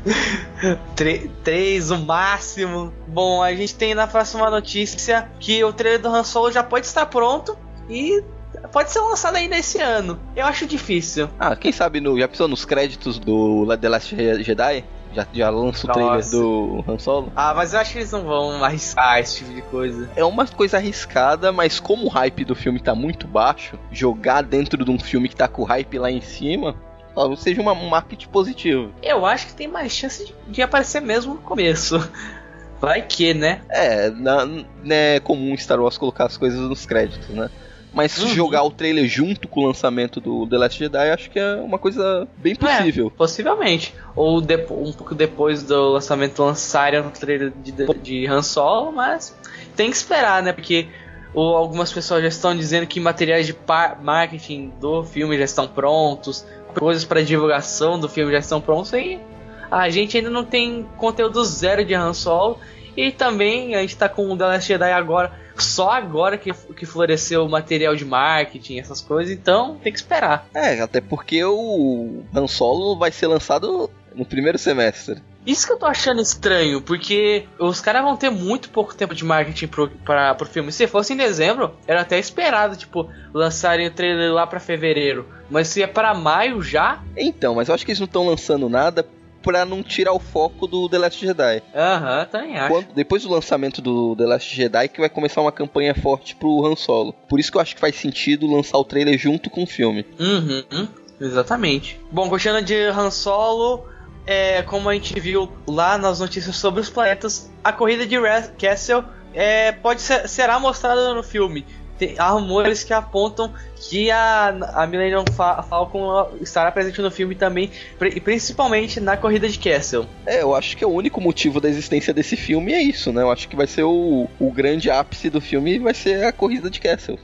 Três, o máximo. Bom, a gente tem na próxima notícia que o trailer do Han Solo já pode estar pronto e pode ser lançado ainda esse ano. Eu acho difícil. Ah, quem sabe no, já pensou nos créditos do The Last Jedi? Já, já lança o Nossa. trailer do Han Solo? Ah, mas eu acho que eles não vão arriscar esse tipo de coisa. É uma coisa arriscada, mas como o hype do filme tá muito baixo, jogar dentro de um filme que tá com o hype lá em cima, talvez seja uma, um marketing positivo. Eu acho que tem mais chance de, de aparecer mesmo no começo. Vai que, né? É, na, não é comum Star Wars colocar as coisas nos créditos, né? Mas Uhum. jogar o trailer junto com o lançamento do The Last Jedi, acho que é uma coisa bem possível. É, possivelmente. Ou depo- um pouco depois do lançamento lançarem o trailer de, de Han Solo, mas tem que esperar, né? Porque ou, algumas pessoas já estão dizendo que materiais de par- marketing do filme já estão prontos, coisas para divulgação do filme já estão prontos, e a gente ainda não tem conteúdo zero de Han Solo. E também a gente tá com o The Last Jedi agora, só agora que, que floresceu o material de marketing, essas coisas, então tem que esperar. É, até porque o Han Solo vai ser lançado no primeiro semestre. Isso que eu tô achando estranho, porque os caras vão ter muito pouco tempo de marketing pro, pra, pro filme. Se fosse em dezembro, era até esperado, tipo, lançarem o trailer lá pra fevereiro. Mas se é pra maio já... Então, mas eu acho que eles não estão lançando nada pra não tirar o foco do The Last Jedi. Aham, uhum, também acho. Quando, depois do lançamento do The Last Jedi que vai começar uma campanha forte pro Han Solo. Por isso que eu acho que faz sentido lançar o trailer junto com o filme. Uhum, exatamente. Bom, continuando de Han Solo, é, como a gente viu lá nas notícias sobre os planetas, a corrida de Red Castle é, pode ser, será mostrada no filme. Tem, há rumores que apontam que a, a Millennium Falcon estará presente no filme também, e principalmente na corrida de Castle. É, eu acho que o único motivo da existência desse filme é isso, né? Eu acho que vai ser o, o grande ápice do filme, vai ser a corrida de Castle.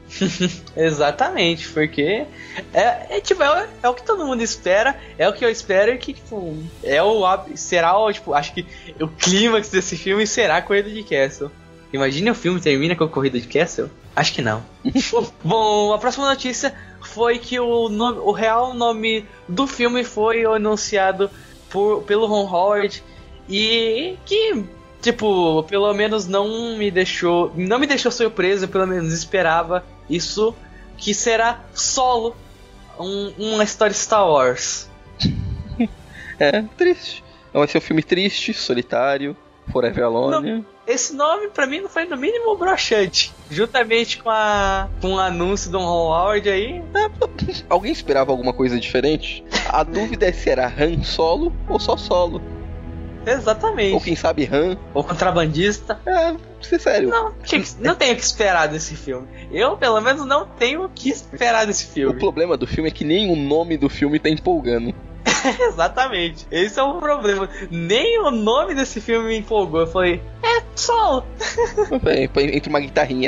Exatamente, porque é, é, tipo, é, é o que todo mundo espera, é o que eu espero, que tipo, é o, será o, tipo, acho que o clímax desse filme será a corrida de Castle. Imagina o filme termina com a corrida de Castle? Acho que não. Bom, a próxima notícia foi que o, nome, o real nome do filme foi anunciado por, pelo Ron Howard e que, tipo, pelo menos não me deixou, não me deixou surpreso, pelo menos esperava isso, que será Solo, um, uma história Star Wars. É, triste. Vai ser um filme triste, solitário, Forever Alone. Não. Esse nome, pra mim, não foi no mínimo broxante. Juntamente com, a, com o anúncio do Ron Howard aí. É, alguém esperava alguma coisa diferente? A dúvida é se era Han Solo ou só Solo. Exatamente. Ou quem sabe Han. Ou contrabandista. É, pra ser sério. Não, não tenho o que esperar desse filme. Eu, pelo menos, não tenho o que esperar desse filme. O problema do filme é que nem o nome do filme tá empolgando. Exatamente. Esse é o problema. Nem o nome desse filme me empolgou. Eu falei, é Solo. Entre uma guitarrinha.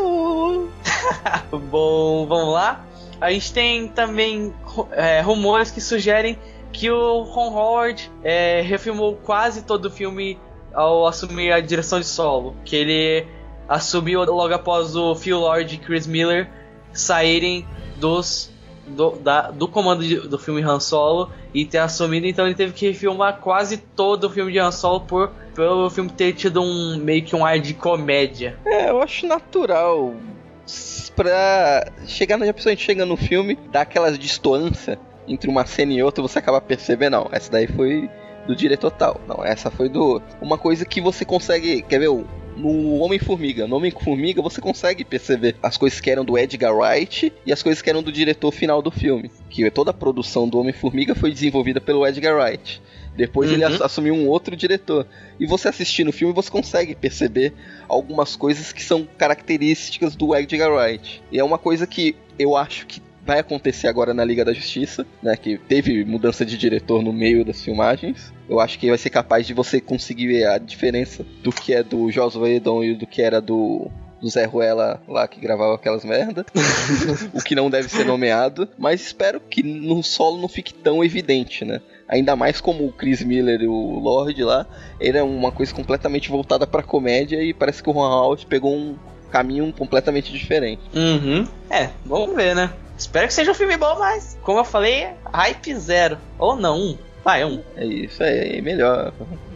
Bom, vamos lá. A gente tem também é, rumores que sugerem que o Ron Howard é, refilmou quase todo o filme ao assumir a direção de Solo. Que ele assumiu logo após o Phil Lord e Chris Miller saírem dos, do, da, do comando de, do filme Han Solo e ter assumido, então ele teve que filmar quase todo o filme de Han Solo por, pelo filme ter tido um meio que um ar de comédia. É, eu acho natural. Pra chegar na pessoa, a gente chega no filme, dá aquela distância entre uma cena e outra, você acaba percebendo, não, essa daí foi do diretor tal, não, essa foi do... Uma coisa que você consegue, quer ver, no Homem-Formiga, no Homem-Formiga você consegue perceber as coisas que eram do Edgar Wright e as coisas que eram do diretor final do filme, que toda a produção do Homem-Formiga foi desenvolvida pelo Edgar Wright. Depois uhum. ele assumiu um outro diretor. E você assistindo o filme, você consegue perceber algumas coisas que são características do Edgar Wright. E é uma coisa que eu acho que vai acontecer agora na Liga da Justiça, né? Que teve mudança de diretor no meio das filmagens. Eu acho que vai ser capaz de você conseguir ver a diferença do que é do Joss Whedon e do que era do... do Zé Ruela lá que gravava aquelas merda. O que não deve ser nomeado. Mas espero que no solo não fique tão evidente, né? Ainda mais como o Chris Miller e o Lord lá, ele é uma coisa completamente voltada pra comédia e parece que o Ron Howard pegou um caminho completamente diferente. Uhum. É, vamos ver, né? Espero que seja um filme bom, mas como eu falei, hype zero. Ou não, um. Vai, um. É isso aí, melhor.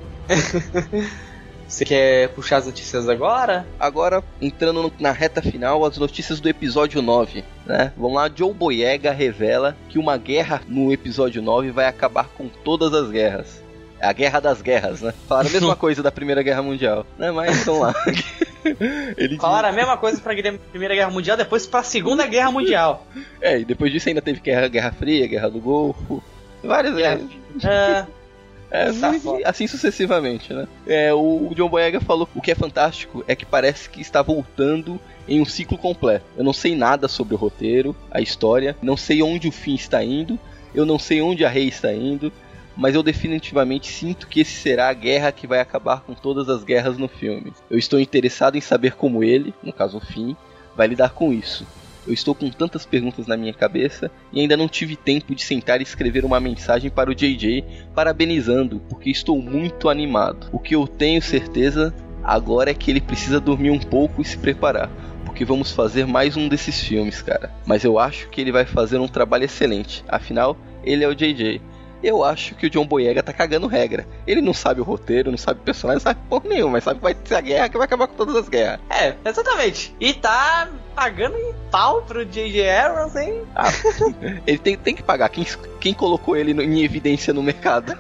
Você quer puxar as notícias agora? Agora, entrando na reta final, as notícias do episódio nove, né? Vamos lá, John Boyega revela que uma guerra no episódio nove vai acabar com todas as guerras. É a guerra das guerras, né? Falaram a mesma coisa da Primeira Guerra Mundial, né? Mas vamos lá. Ele Falaram diz... a mesma coisa pra Primeira Guerra Mundial, depois pra Segunda Guerra Mundial. É, e depois disso ainda teve Guerra, Guerra Fria, Guerra do Golfo, várias guerras. É... É, tá assim, assim sucessivamente, né? É, o John Boyega falou o que é fantástico é que parece que está voltando em um ciclo completo. Eu não sei nada sobre o roteiro, a história, não sei onde o Finn está indo, eu não sei onde a Rey está indo, mas eu definitivamente sinto que esse será a guerra que vai acabar com todas as guerras no filme. Eu estou interessado em saber como ele, no caso o Finn, vai lidar com isso. Eu estou com tantas perguntas na minha cabeça e ainda não tive tempo de sentar e escrever uma mensagem para o J J parabenizando, porque estou muito animado. O que eu tenho certeza agora é que ele precisa dormir um pouco e se preparar, porque vamos fazer mais um desses filmes, cara. Mas eu acho que ele vai fazer um trabalho excelente, afinal, ele é o J J. Eu acho que o John Boyega tá cagando regra. Ele não sabe o roteiro, não sabe o personagem, não sabe porra nenhuma, mas sabe que vai ser a guerra que vai acabar com todas as guerras. É, exatamente. E tá pagando em pau pro J J Abrams, hein? Ah, ele tem, tem que pagar. Quem, quem colocou ele no, em evidência no mercado?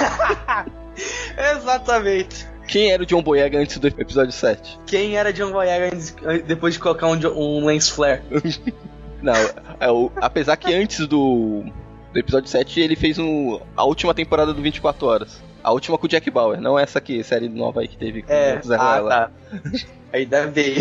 Exatamente. Quem era o John Boyega antes do episódio sete? Quem era John Boyega antes, depois de colocar um, um lens flare? Não, é o, apesar que antes do... do episódio sete, ele fez um, a última temporada do vinte e quatro horas. A última com o Jack Bauer, não essa aqui, série nova aí que teve com é, o Zé ah, Ruela. Tá. Ainda bem.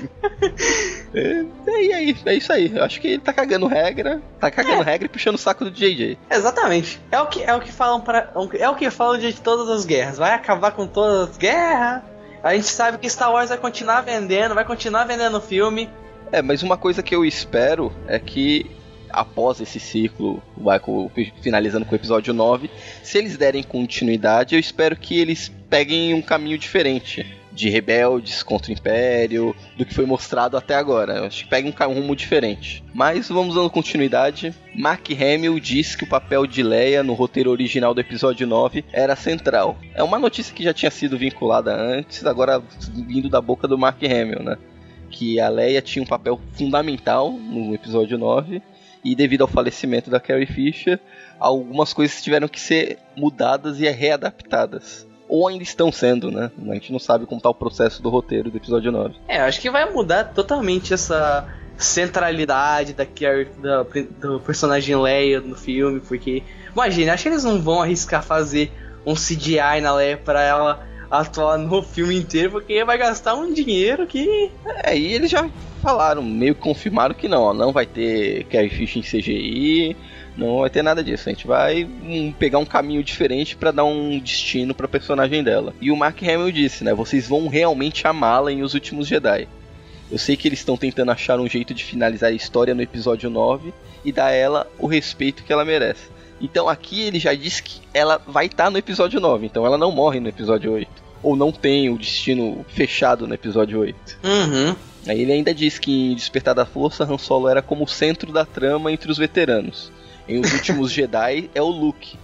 é, é, é, é isso aí. Eu acho que ele tá cagando regra, tá cagando é. regra e puxando o saco do J J. Exatamente. É o que, é o que falam para, é o que falam de todas as guerras. Vai acabar com todas as guerras. A gente sabe que Star Wars vai continuar vendendo, vai continuar vendendo filme. É, mas uma coisa que eu espero é que após esse ciclo, vai com, finalizando com o episódio nove, se eles derem continuidade, eu espero que eles peguem um caminho diferente de rebeldes contra o Império, do que foi mostrado até agora. Eu acho que peguem um rumo diferente. Mas vamos dando continuidade. Mark Hamill diz que o papel de Leia no roteiro original do episódio nove era central. É uma notícia que já tinha sido vinculada antes, agora vindo da boca do Mark Hamill, né? Que a Leia tinha um papel fundamental no episódio nove. E devido ao falecimento da Carrie Fisher, algumas coisas tiveram que ser mudadas e readaptadas. Ou ainda estão sendo, né? A gente não sabe como está o processo do roteiro do episódio nove. É, acho que vai mudar totalmente essa centralidade da Carrie, da, do personagem Leia no filme, porque... Imagina, acho que eles não vão arriscar fazer um C G I na Leia para ela atuar no filme inteiro, porque vai gastar um dinheiro que... É, e eles já falaram, meio que confirmaram que não, ó, não vai ter Carrie Fisher em C G I, não vai ter nada disso, a gente vai um, pegar um caminho diferente pra dar um destino pra personagem dela. E o Mark Hamill disse, né, vocês vão realmente amá-la em Os Últimos Jedi. Eu sei que eles estão tentando achar um jeito de finalizar a história no episódio nove e dar a ela o respeito que ela merece. Então aqui ele já disse que ela vai estar no episódio nove, então ela não morre no episódio oito. Ou não tem o destino fechado no episódio oito. Uhum. Aí ele ainda diz que em Despertar da Força, Han Solo era como o centro da trama entre os veteranos. Em Os Últimos Jedi é o Luke.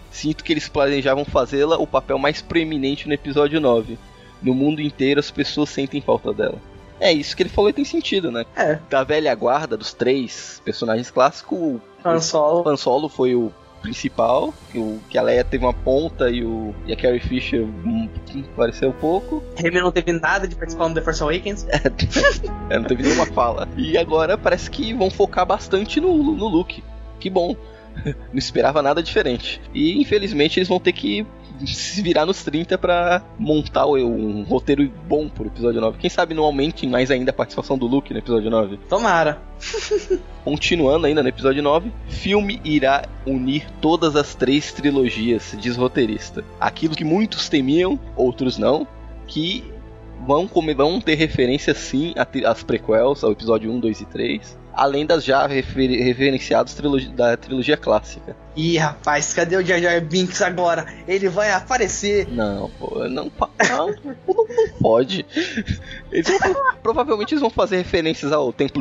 Sinto que eles planejavam fazê-la o papel mais preeminente no episódio nove. No mundo inteiro as pessoas sentem falta dela. É, isso que ele falou e tem sentido, né? É. Da velha guarda, dos três personagens clássicos, o Han Solo. Han Solo foi o principal, que, o, que a Leia teve uma ponta e, o, e a Carrie Fisher hum, apareceu um pouco. Remy não teve nada de participar no The Force Awakens. É, não teve nenhuma fala. E agora parece que vão focar bastante no, no Luke. Que bom. Não esperava nada diferente. E infelizmente eles vão ter que se virar nos trinta pra montar um roteiro bom pro episódio nove. Quem sabe não aumentem mais ainda a participação do Luke no episódio nove. Tomara. Continuando ainda no episódio nove, filme irá unir todas as três trilogias, diz o roteirista. Aquilo que muitos temiam, outros não, que vão, comer, vão ter referência sim às prequels, ao episódio um, dois e três. Além das já refer- referenciadas trilogi- da trilogia clássica. Ih, rapaz, cadê o Jar Jar Binks agora? Ele vai aparecer. Não, pô, não, não, não, não pode. Eles vão, provavelmente eles vão fazer referências ao Templo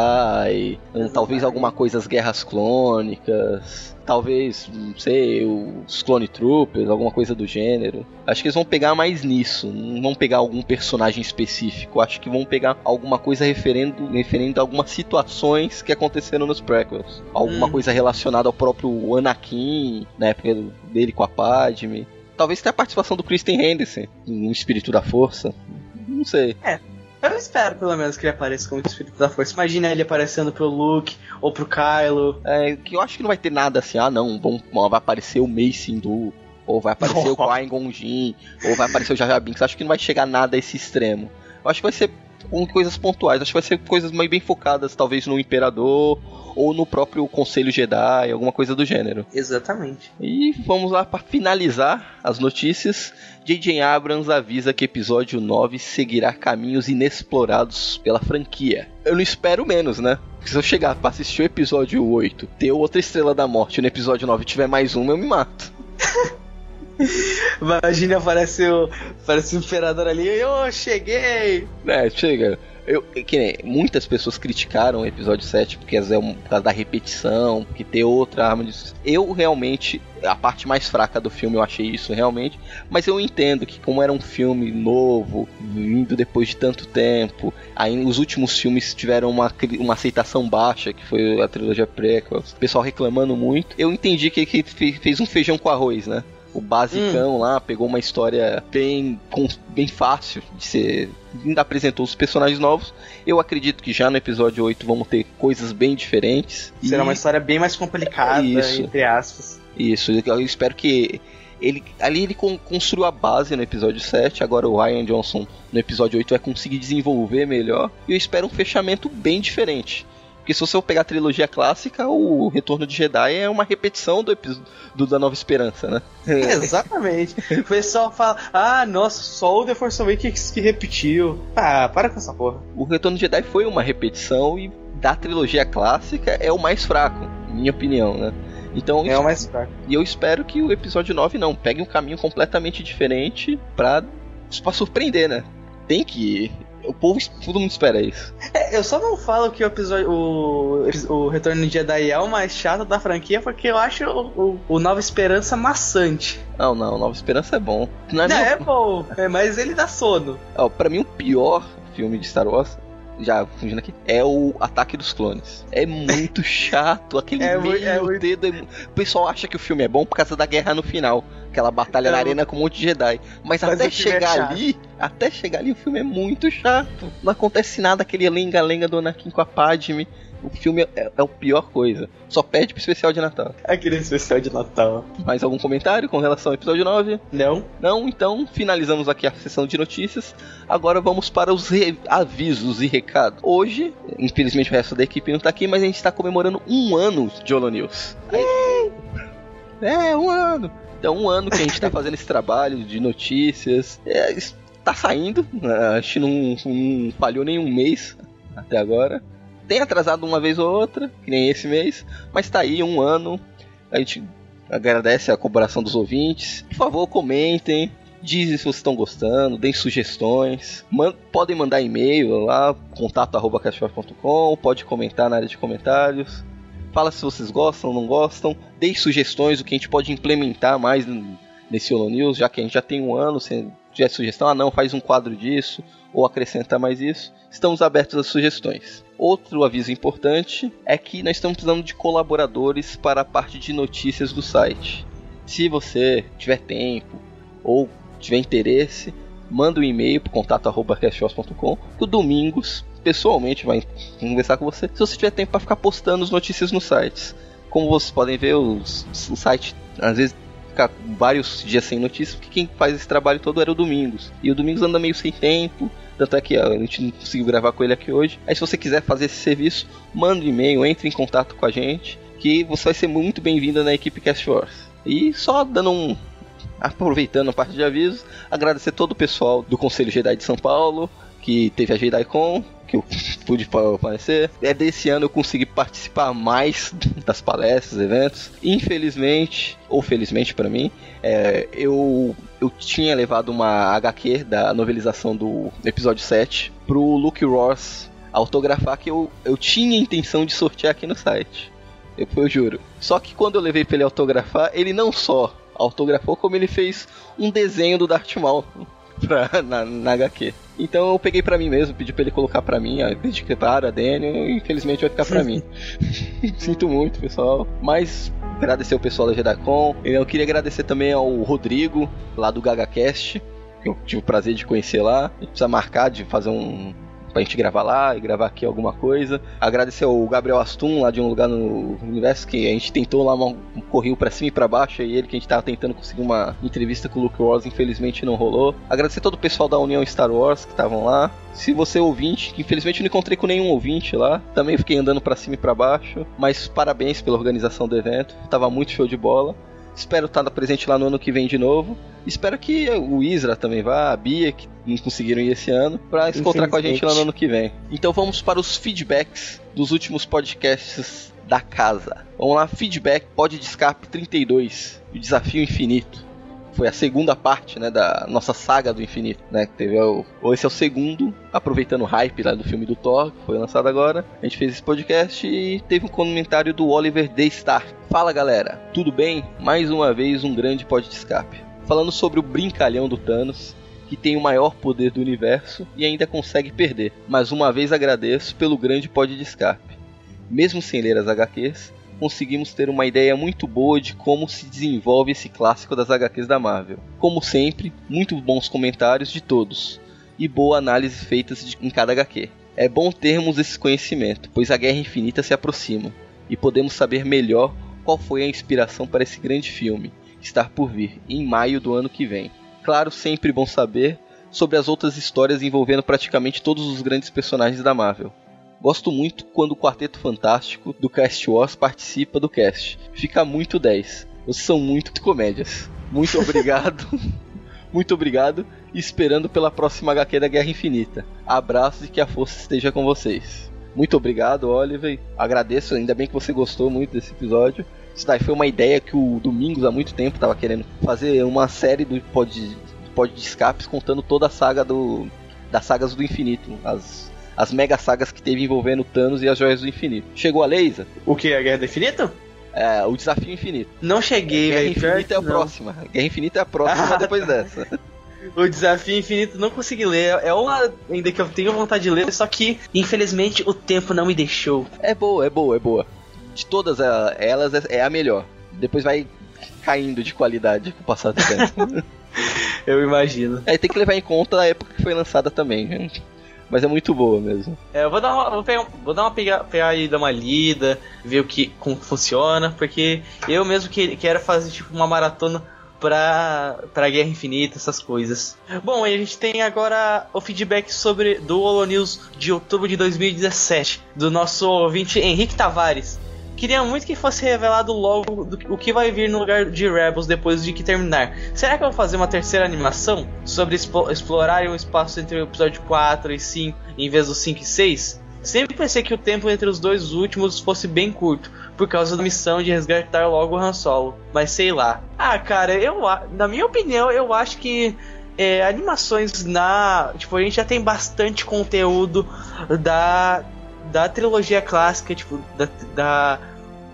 Jedi, talvez alguma coisa às Guerras Clônicas, talvez, não sei, os Clone Troopers, alguma coisa do gênero. Acho que eles vão pegar mais nisso, não vão pegar algum personagem específico. Acho que vão pegar alguma coisa referendo, referendo a algumas situações que aconteceram nos prequels. Alguma hum. coisa relacionada ao próprio Anakin, na época dele com a Padme. Talvez tenha a participação do Christian Henderson, no Espírito da Força. Não sei. É. Eu espero, pelo menos, que ele apareça como Espírito da Força. Imagina ele aparecendo pro Luke ou pro Kylo. É, que eu acho que não vai ter nada assim, ah não, bom, vai aparecer o Mace Windu, ou vai aparecer oh. o Qui-Gon Jinn, ou vai aparecer o Jar Jar Binks. Acho que não vai chegar nada a esse extremo. Eu acho que vai ser com coisas pontuais, acho que vai ser coisas meio bem focadas, talvez no Imperador, ou no próprio Conselho Jedi, alguma coisa do gênero. Exatamente. E vamos lá para finalizar as notícias. J J Abrams avisa que episódio nove seguirá caminhos inexplorados pela franquia. Eu não espero menos, né? Se eu chegar para assistir o episódio oito, ter outra Estrela da Morte no episódio nove e tiver mais uma, eu me mato. Imagina, aparece o, aparece o Imperador ali, eu oh, cheguei! É, chega. Eu, que nem, muitas pessoas criticaram o episódio sete porque é um, por causa da repetição, porque tem outra arma disso. Eu realmente, a parte mais fraca do filme eu achei isso realmente, mas eu entendo que como era um filme novo, vindo depois de tanto tempo, aí os últimos filmes tiveram uma, uma aceitação baixa, que foi a trilogia prequel, o pessoal reclamando muito, eu entendi que ele fez um feijão com arroz, né? O basicão hum. lá, pegou uma história bem, bem fácil de ser... Ainda apresentou os personagens novos. Eu acredito que já no episódio oito vamos ter coisas bem diferentes. Será e... uma história bem mais complicada, isso. entre aspas. Isso, eu espero que... Ele, ali ele construiu a base no episódio sete, agora o Rian Johnson no episódio oito vai conseguir desenvolver melhor. E eu espero um fechamento bem diferente. Porque se você for pegar a trilogia clássica, o Retorno de Jedi é uma repetição do, do da Nova Esperança, né? Exatamente. O pessoal fala, ah, nossa, só o The Force Awakens que repetiu. Ah, para com essa porra. O Retorno de Jedi foi uma repetição e da trilogia clássica é o mais fraco, minha opinião, né? Então, é o mais fraco. E eu espero que o episódio nove não pegue um caminho completamente diferente pra, pra surpreender, né? Tem que... O povo, todo mundo espera isso. É, eu só não falo que o episódio, o, o Retorno de Jedi é o mais chato da franquia, porque eu acho o, o, o Nova Esperança maçante. Não, não, Nova Esperança é bom. Não, é, não, é bom, é, mas ele dá sono. Ó, pra mim o pior filme de Star Wars, já fugindo aqui, é o Ataque dos Clones. É muito chato, aquele é, meio é, muito... dedo. É... O pessoal acha que o filme é bom por causa da guerra no final. Aquela batalha não. na arena com um monte de Jedi. Mas, Mas até chegar é ali, até chegar ali o filme é muito chato. Não acontece nada, aquele lenga-lenga do Anakin com a Padme. O filme é, é a pior coisa. Só pede pro especial de Natal. Aquele especial de Natal. Mais algum comentário com relação ao episódio nove? Não. Não? Então finalizamos aqui a sessão de notícias. Agora vamos para os re- avisos e recados. Hoje, infelizmente o resto da equipe não tá aqui, mas a gente tá comemorando um ano de Holo News. Aí... É, um ano. Então, um ano que a gente tá fazendo esse trabalho de notícias. É, tá saindo. A gente não, não falhou nenhum mês até agora. Tem atrasado uma vez ou outra, que nem esse mês. Mas tá aí, um ano. A gente agradece a colaboração dos ouvintes. Por favor, comentem. Dizem se vocês estão gostando, deem sugestões. Man- podem mandar e-mail lá, contato arroba cashfire ponto com. Pode comentar na área de comentários. Fala se vocês gostam, não gostam. Deem sugestões, o que a gente pode implementar mais nesse Holonews, já que a gente já tem um ano. Se tiver sugestão, ah não, faz um quadro disso, ou acrescenta mais isso. Estamos abertos às sugestões. Outro aviso importante é que nós estamos precisando de colaboradores para a parte de notícias do site. Se você tiver tempo ou tiver interesse, manda um e-mail para contato arroba castwars ponto com, que o Domingos pessoalmente vai conversar com você, se você tiver tempo para ficar postando as notícias nos sites. Como vocês podem ver, os, o site às vezes fica vários dias sem notícias, porque quem faz esse trabalho todo era o Domingos. E o Domingos anda meio sem tempo, tanto é que a gente não conseguiu gravar com ele aqui hoje. Aí se você quiser fazer esse serviço, manda um e-mail, entre em contato com a gente, que você vai ser muito bem-vinda na equipe Castwars. E só dando um... aproveitando a parte de avisos, agradecer todo o pessoal do Conselho Jedi de São Paulo, que teve a JediCon, que eu pude aparecer. É desse ano eu consegui participar mais das palestras, eventos. Infelizmente, ou felizmente pra mim, é, eu, eu tinha levado uma H Q da novelização do episódio sete pro Luke Ross autografar, que eu, eu tinha intenção de sortear aqui no site. Eu, eu juro. Só que quando eu levei pra ele autografar, ele não só autografou, como ele fez um desenho do Darth Maul pra, na, na H Q. Então eu peguei pra mim mesmo, pedi pra ele colocar pra mim, dediquei para a Daniel, e infelizmente vai ficar pra mim. Sinto muito, pessoal, mas agradecer o pessoal da JediCon. Eu queria agradecer também ao Rodrigo, lá do GagaCast, que eu tive o prazer de conhecer lá. A gente precisa marcar de fazer um... pra gente gravar lá e gravar aqui alguma coisa. Agradecer ao Gabriel Astum, lá de um lugar no universo, que a gente tentou lá, um, um correu pra cima e pra baixo, e ele que a gente tava tentando conseguir uma entrevista com o Luke Wars, infelizmente não rolou. Agradecer todo o pessoal da União Star Wars que estavam lá. Se você é ouvinte, que infelizmente eu não encontrei com nenhum ouvinte lá, também fiquei andando pra cima e pra baixo, mas parabéns pela organização do evento, tava muito show de bola. Espero estar presente lá no ano que vem de novo. Espero que o Isra também vá, a Bia, que não conseguiram ir esse ano, para se encontrar com a gente lá no ano que vem. Então vamos para os feedbacks dos últimos podcasts da casa. Vamos lá, feedback Pod de Escape trinta e dois, o Desafio Infinito. Foi a segunda parte, né, da nossa saga do infinito, né, que teve o... esse é o segundo, aproveitando o hype lá do filme do Thor, que foi lançado agora. A gente fez esse podcast e teve um comentário do Oliver D. Stark. Fala galera, tudo bem? Mais uma vez um grande Pod de Escape. Falando sobre o brincalhão do Thanos, que tem o maior poder do universo e ainda consegue perder. Mais uma vez agradeço pelo grande Pod de Escape. Mesmo sem ler as H Qs, conseguimos ter uma ideia muito boa de como se desenvolve esse clássico das H Qs da Marvel. Como sempre, muito bons comentários de todos, e boa análise feitas de, em cada H Q. É bom termos esse conhecimento, pois a Guerra Infinita se aproxima, e podemos saber melhor qual foi a inspiração para esse grande filme, que está por vir, em maio do ano que vem. Claro, sempre bom saber sobre as outras histórias envolvendo praticamente todos os grandes personagens da Marvel. Gosto muito quando o Quarteto Fantástico do Cast Wars participa do cast. Fica muito dez. Vocês são muito comédias. Muito obrigado. Muito obrigado. E esperando pela próxima H Q da Guerra Infinita. Abraços e que a força esteja com vocês. Muito obrigado, Oliver. Agradeço, ainda bem que você gostou muito desse episódio. Isso daí foi uma ideia que o Domingos há muito tempo estava querendo fazer uma série do Pod, pod de Escapes contando toda a saga do, das sagas do infinito. As... As mega sagas que teve envolvendo Thanos e as Joias do Infinito. Chegou a Leisa? O que? A Guerra do Infinito? É, o Desafio Infinito. Não cheguei, velho. Guerra Infinita é a não. próxima. Guerra Infinita é a próxima depois dessa. O Desafio Infinito não consegui ler. É uma ainda que eu tenho vontade de ler, só que infelizmente o tempo não me deixou. É boa, é boa, é boa. De todas elas é a melhor. Depois vai caindo de qualidade com o passar do tempo. Eu imagino. É, tem que levar em conta a época que foi lançada também, gente. Mas é muito boa mesmo. É, eu vou dar uma, vou pegar, vou dar uma pegar, pegar e dar uma lida, ver o que, como funciona, porque eu mesmo que, quero fazer tipo uma maratona pra, pra Guerra Infinita, essas coisas. Bom, e a gente tem agora o feedback sobre do Holonews de outubro de dois mil e dezessete, do nosso ouvinte Henrique Tavares. Queria muito que fosse revelado logo do, o que vai vir no lugar de Rebels depois de que terminar. Será que eu vou fazer uma terceira animação sobre expo, explorar um espaço entre o episódio quatro e cinco em vez do cinco e seis? Sempre pensei que o tempo entre os dois últimos fosse bem curto, por causa da missão de resgatar logo o Han Solo. Mas sei lá. Ah, cara, eu, na minha opinião, eu acho que é, animações na... Tipo, a gente já tem bastante conteúdo da... da trilogia clássica, tipo, da, da,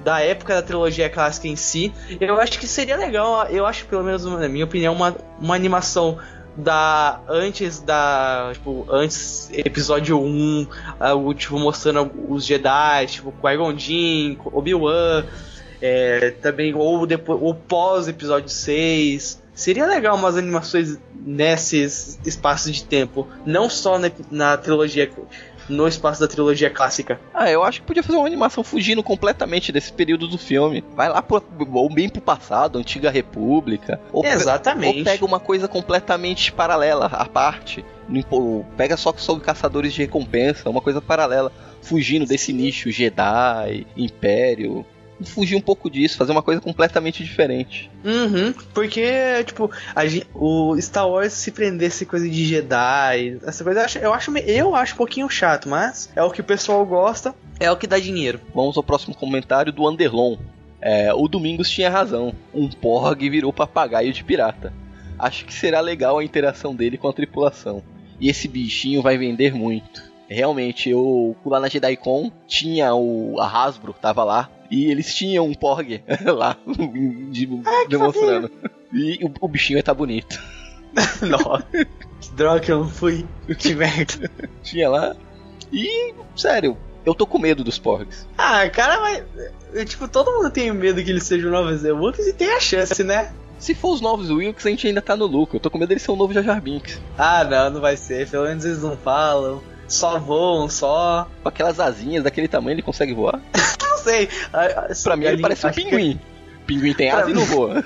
da época da trilogia clássica em si. Eu acho que seria legal, eu acho, pelo menos na minha opinião, uma, uma animação da antes da tipo antes episódio um, o tipo mostrando os Jedi, tipo Qui-Gon Jinn, Obi-Wan, é, também ou depois o pós episódio seis. Seria legal umas animações nesses espaços de tempo, não só na, na trilogia, no espaço da trilogia clássica. Ah, eu acho que podia fazer uma animação fugindo completamente desse período do filme. Vai lá pro, ou bem pro passado, Antiga República. Ou Exatamente. Pe- ou pega uma coisa completamente paralela, à parte. Pega só sobre caçadores de recompensa, uma coisa paralela. Fugindo desse nicho Jedi, Império. Fugir um pouco disso, fazer uma coisa completamente diferente. Uhum, porque, tipo, a, o Star Wars se prendesse coisa de Jedi, essa coisa, eu acho, eu acho, eu acho um pouquinho chato, mas é o que o pessoal gosta, é o que dá dinheiro. Vamos ao próximo comentário do Underlon. É, o Domingos tinha razão, um porg virou papagaio de pirata. Acho que será legal a interação dele com a tripulação. E esse bichinho vai vender muito. Realmente, eu lá na JediCon tinha o a Hasbro, tava lá. E eles tinham um porg lá, de, Ai, demonstrando. E o, o bichinho tá bonito. Nossa, que droga que eu não fui. Que merda. Tinha lá. E, sério, eu tô com medo dos porgs. Ah, cara, mas... Tipo, todo mundo tem medo que eles sejam novos Ewoks e tem a chance, né? Se for os novos Wilks, a gente ainda tá no lucro. Eu tô com medo deles ser um novo Jar Jar Binks. Ah, não, não vai ser. Pelo menos eles não falam. Só voam, só... Com aquelas asinhas daquele tamanho, ele consegue voar? Não sei. Pra mim ele parece um pinguim. Que... Pinguim tem asa e não voa.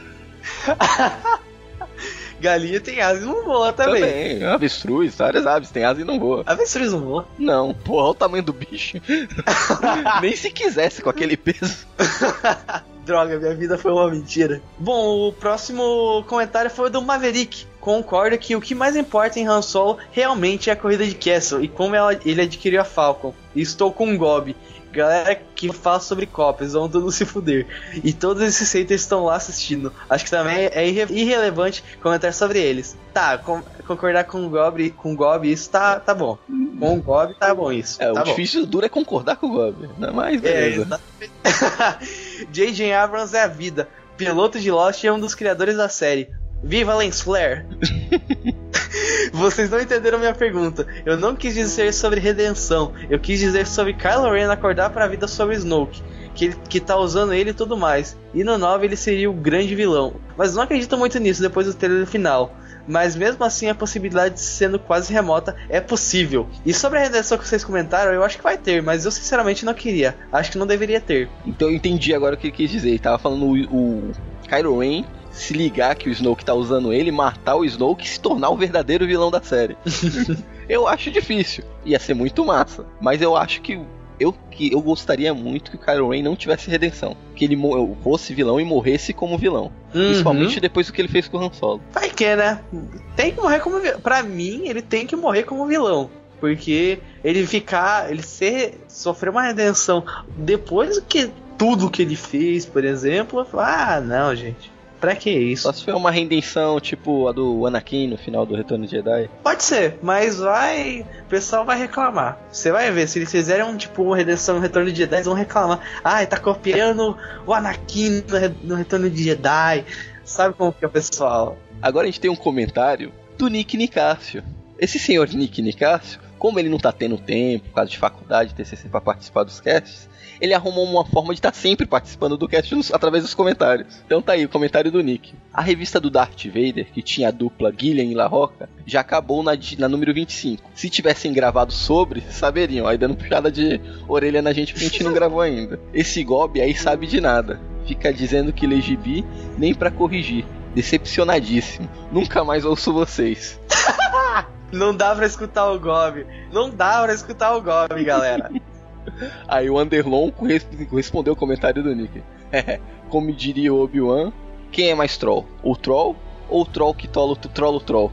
Galinha tem asa e não voa também. Também, avestruz, várias aves tem asa e não voa. Avestruz não voa? Não, porra, olha o tamanho do bicho. Nem se quisesse com aquele peso. Droga, minha vida foi uma mentira. Bom, o próximo comentário foi do Maverick. Concordo que o que mais importa em Han Solo realmente é a corrida de Castle e como ela, ele adquiriu a Falcon. E estou com o Gob. Galera que fala sobre cópias, vão tudo se fuder. E todos esses haters estão lá assistindo. Acho que também é irre- irrelevante comentar sobre eles. Tá, com, concordar com o Gob, com o Gob, isso tá, tá bom. Com o Gob tá bom isso. É, tá o bom. difícil duro é concordar com o Gob. Não é mais, beleza. É, J J Abrams é a vida. Piloto de Lost é um dos criadores da série. Viva Lance Flare! Vocês não entenderam minha pergunta. Eu não quis dizer sobre redenção. Eu quis dizer sobre Kylo Ren acordar para a vida sobre Snoke, que, ele, que tá usando ele e tudo mais. E no nove ele seria o grande vilão. Mas não acredito muito nisso depois do trailer final. Mas mesmo assim a possibilidade sendo quase remota é possível. E sobre a redenção que vocês comentaram, eu acho que vai ter, mas eu sinceramente não queria. Acho que não deveria ter. Então eu entendi agora o que ele quis dizer. Ele tava falando o, o Kylo Ren se ligar que o Snoke tá usando ele, matar o Snoke e se tornar o verdadeiro vilão da série. Eu acho difícil. Ia ser muito massa. Mas eu acho que eu, que eu gostaria muito que o Kylo Ren não tivesse redenção. Que ele mo- fosse vilão e morresse como vilão. Uhum. Principalmente depois do que ele fez com o Han Solo. Vai que, né? Tem que morrer como vilão. Pra mim, ele tem que morrer como vilão. Porque ele ficar... Ele ser, sofrer uma redenção depois do que tudo que ele fez, por exemplo. Ah, não, gente. Pra que isso? Só se for uma redenção tipo a do Anakin no final do Retorno de Jedi. Pode ser, mas vai... O pessoal vai reclamar. Você vai ver, se eles fizerem um, tipo uma redenção no Retorno de Jedi, eles vão reclamar. Ah, tá copiando o Anakin no, re... no Retorno de Jedi. Sabe como que é o pessoal? Agora a gente tem um comentário do Nick Nicásio. Esse senhor Nick Nicásio, como ele não tá tendo tempo, por causa de faculdade, T C C, pra participar dos casts, ele arrumou uma forma de estar tá sempre participando do cast nos, através dos comentários. Então tá aí o comentário do Nick. A revista do Darth Vader, que tinha a dupla Gillian e La Rocca, já acabou na, na número vinte e cinco. Se tivessem gravado sobre, saberiam. Aí dando puxada de orelha na gente porque a gente não gravou ainda. Esse Gob aí sabe de nada. Fica dizendo que lê gibi nem pra corrigir. Decepcionadíssimo. Nunca mais ouço vocês. Não dá pra escutar o Gob. Não dá pra escutar o Gob, galera. Aí o Underlon respondeu o comentário do Nick. Como diria o Obi-Wan, quem é mais troll? O troll ou o troll que trola o troll o troll?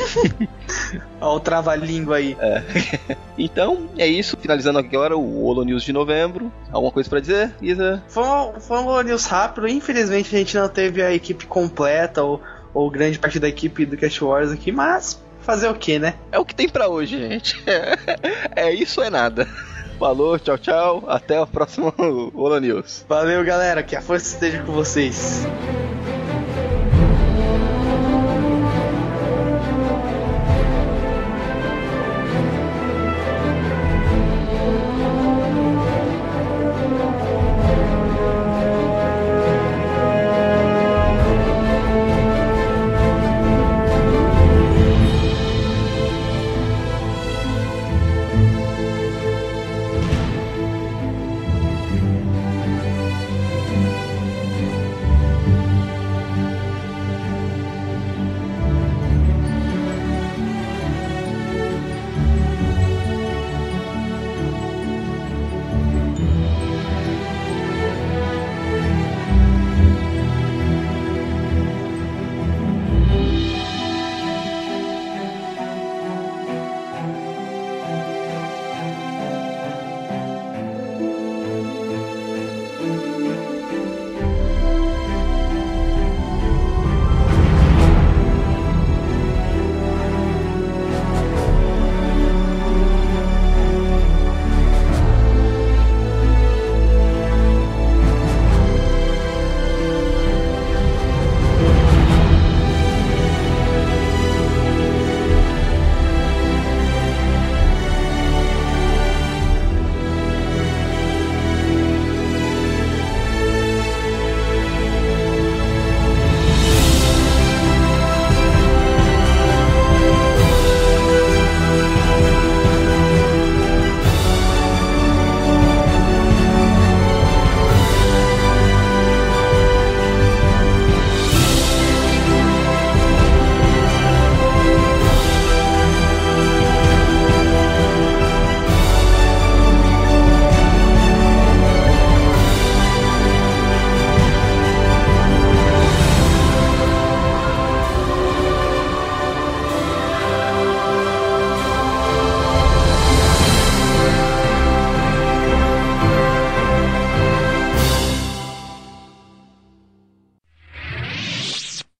Olha o trava-língua aí. É. Então, é isso. Finalizando agora o Holo News de novembro. Alguma coisa pra dizer, Isa? Foi um, foi um Holo News rápido. Infelizmente a gente não teve a equipe completa ou, ou grande parte da equipe do Cast Wars aqui, mas fazer o que, né? É o que tem pra hoje, gente. É isso ou é nada. Falou, tchau, tchau. Até o próximo Ola News. Valeu, galera. Que a força esteja com vocês.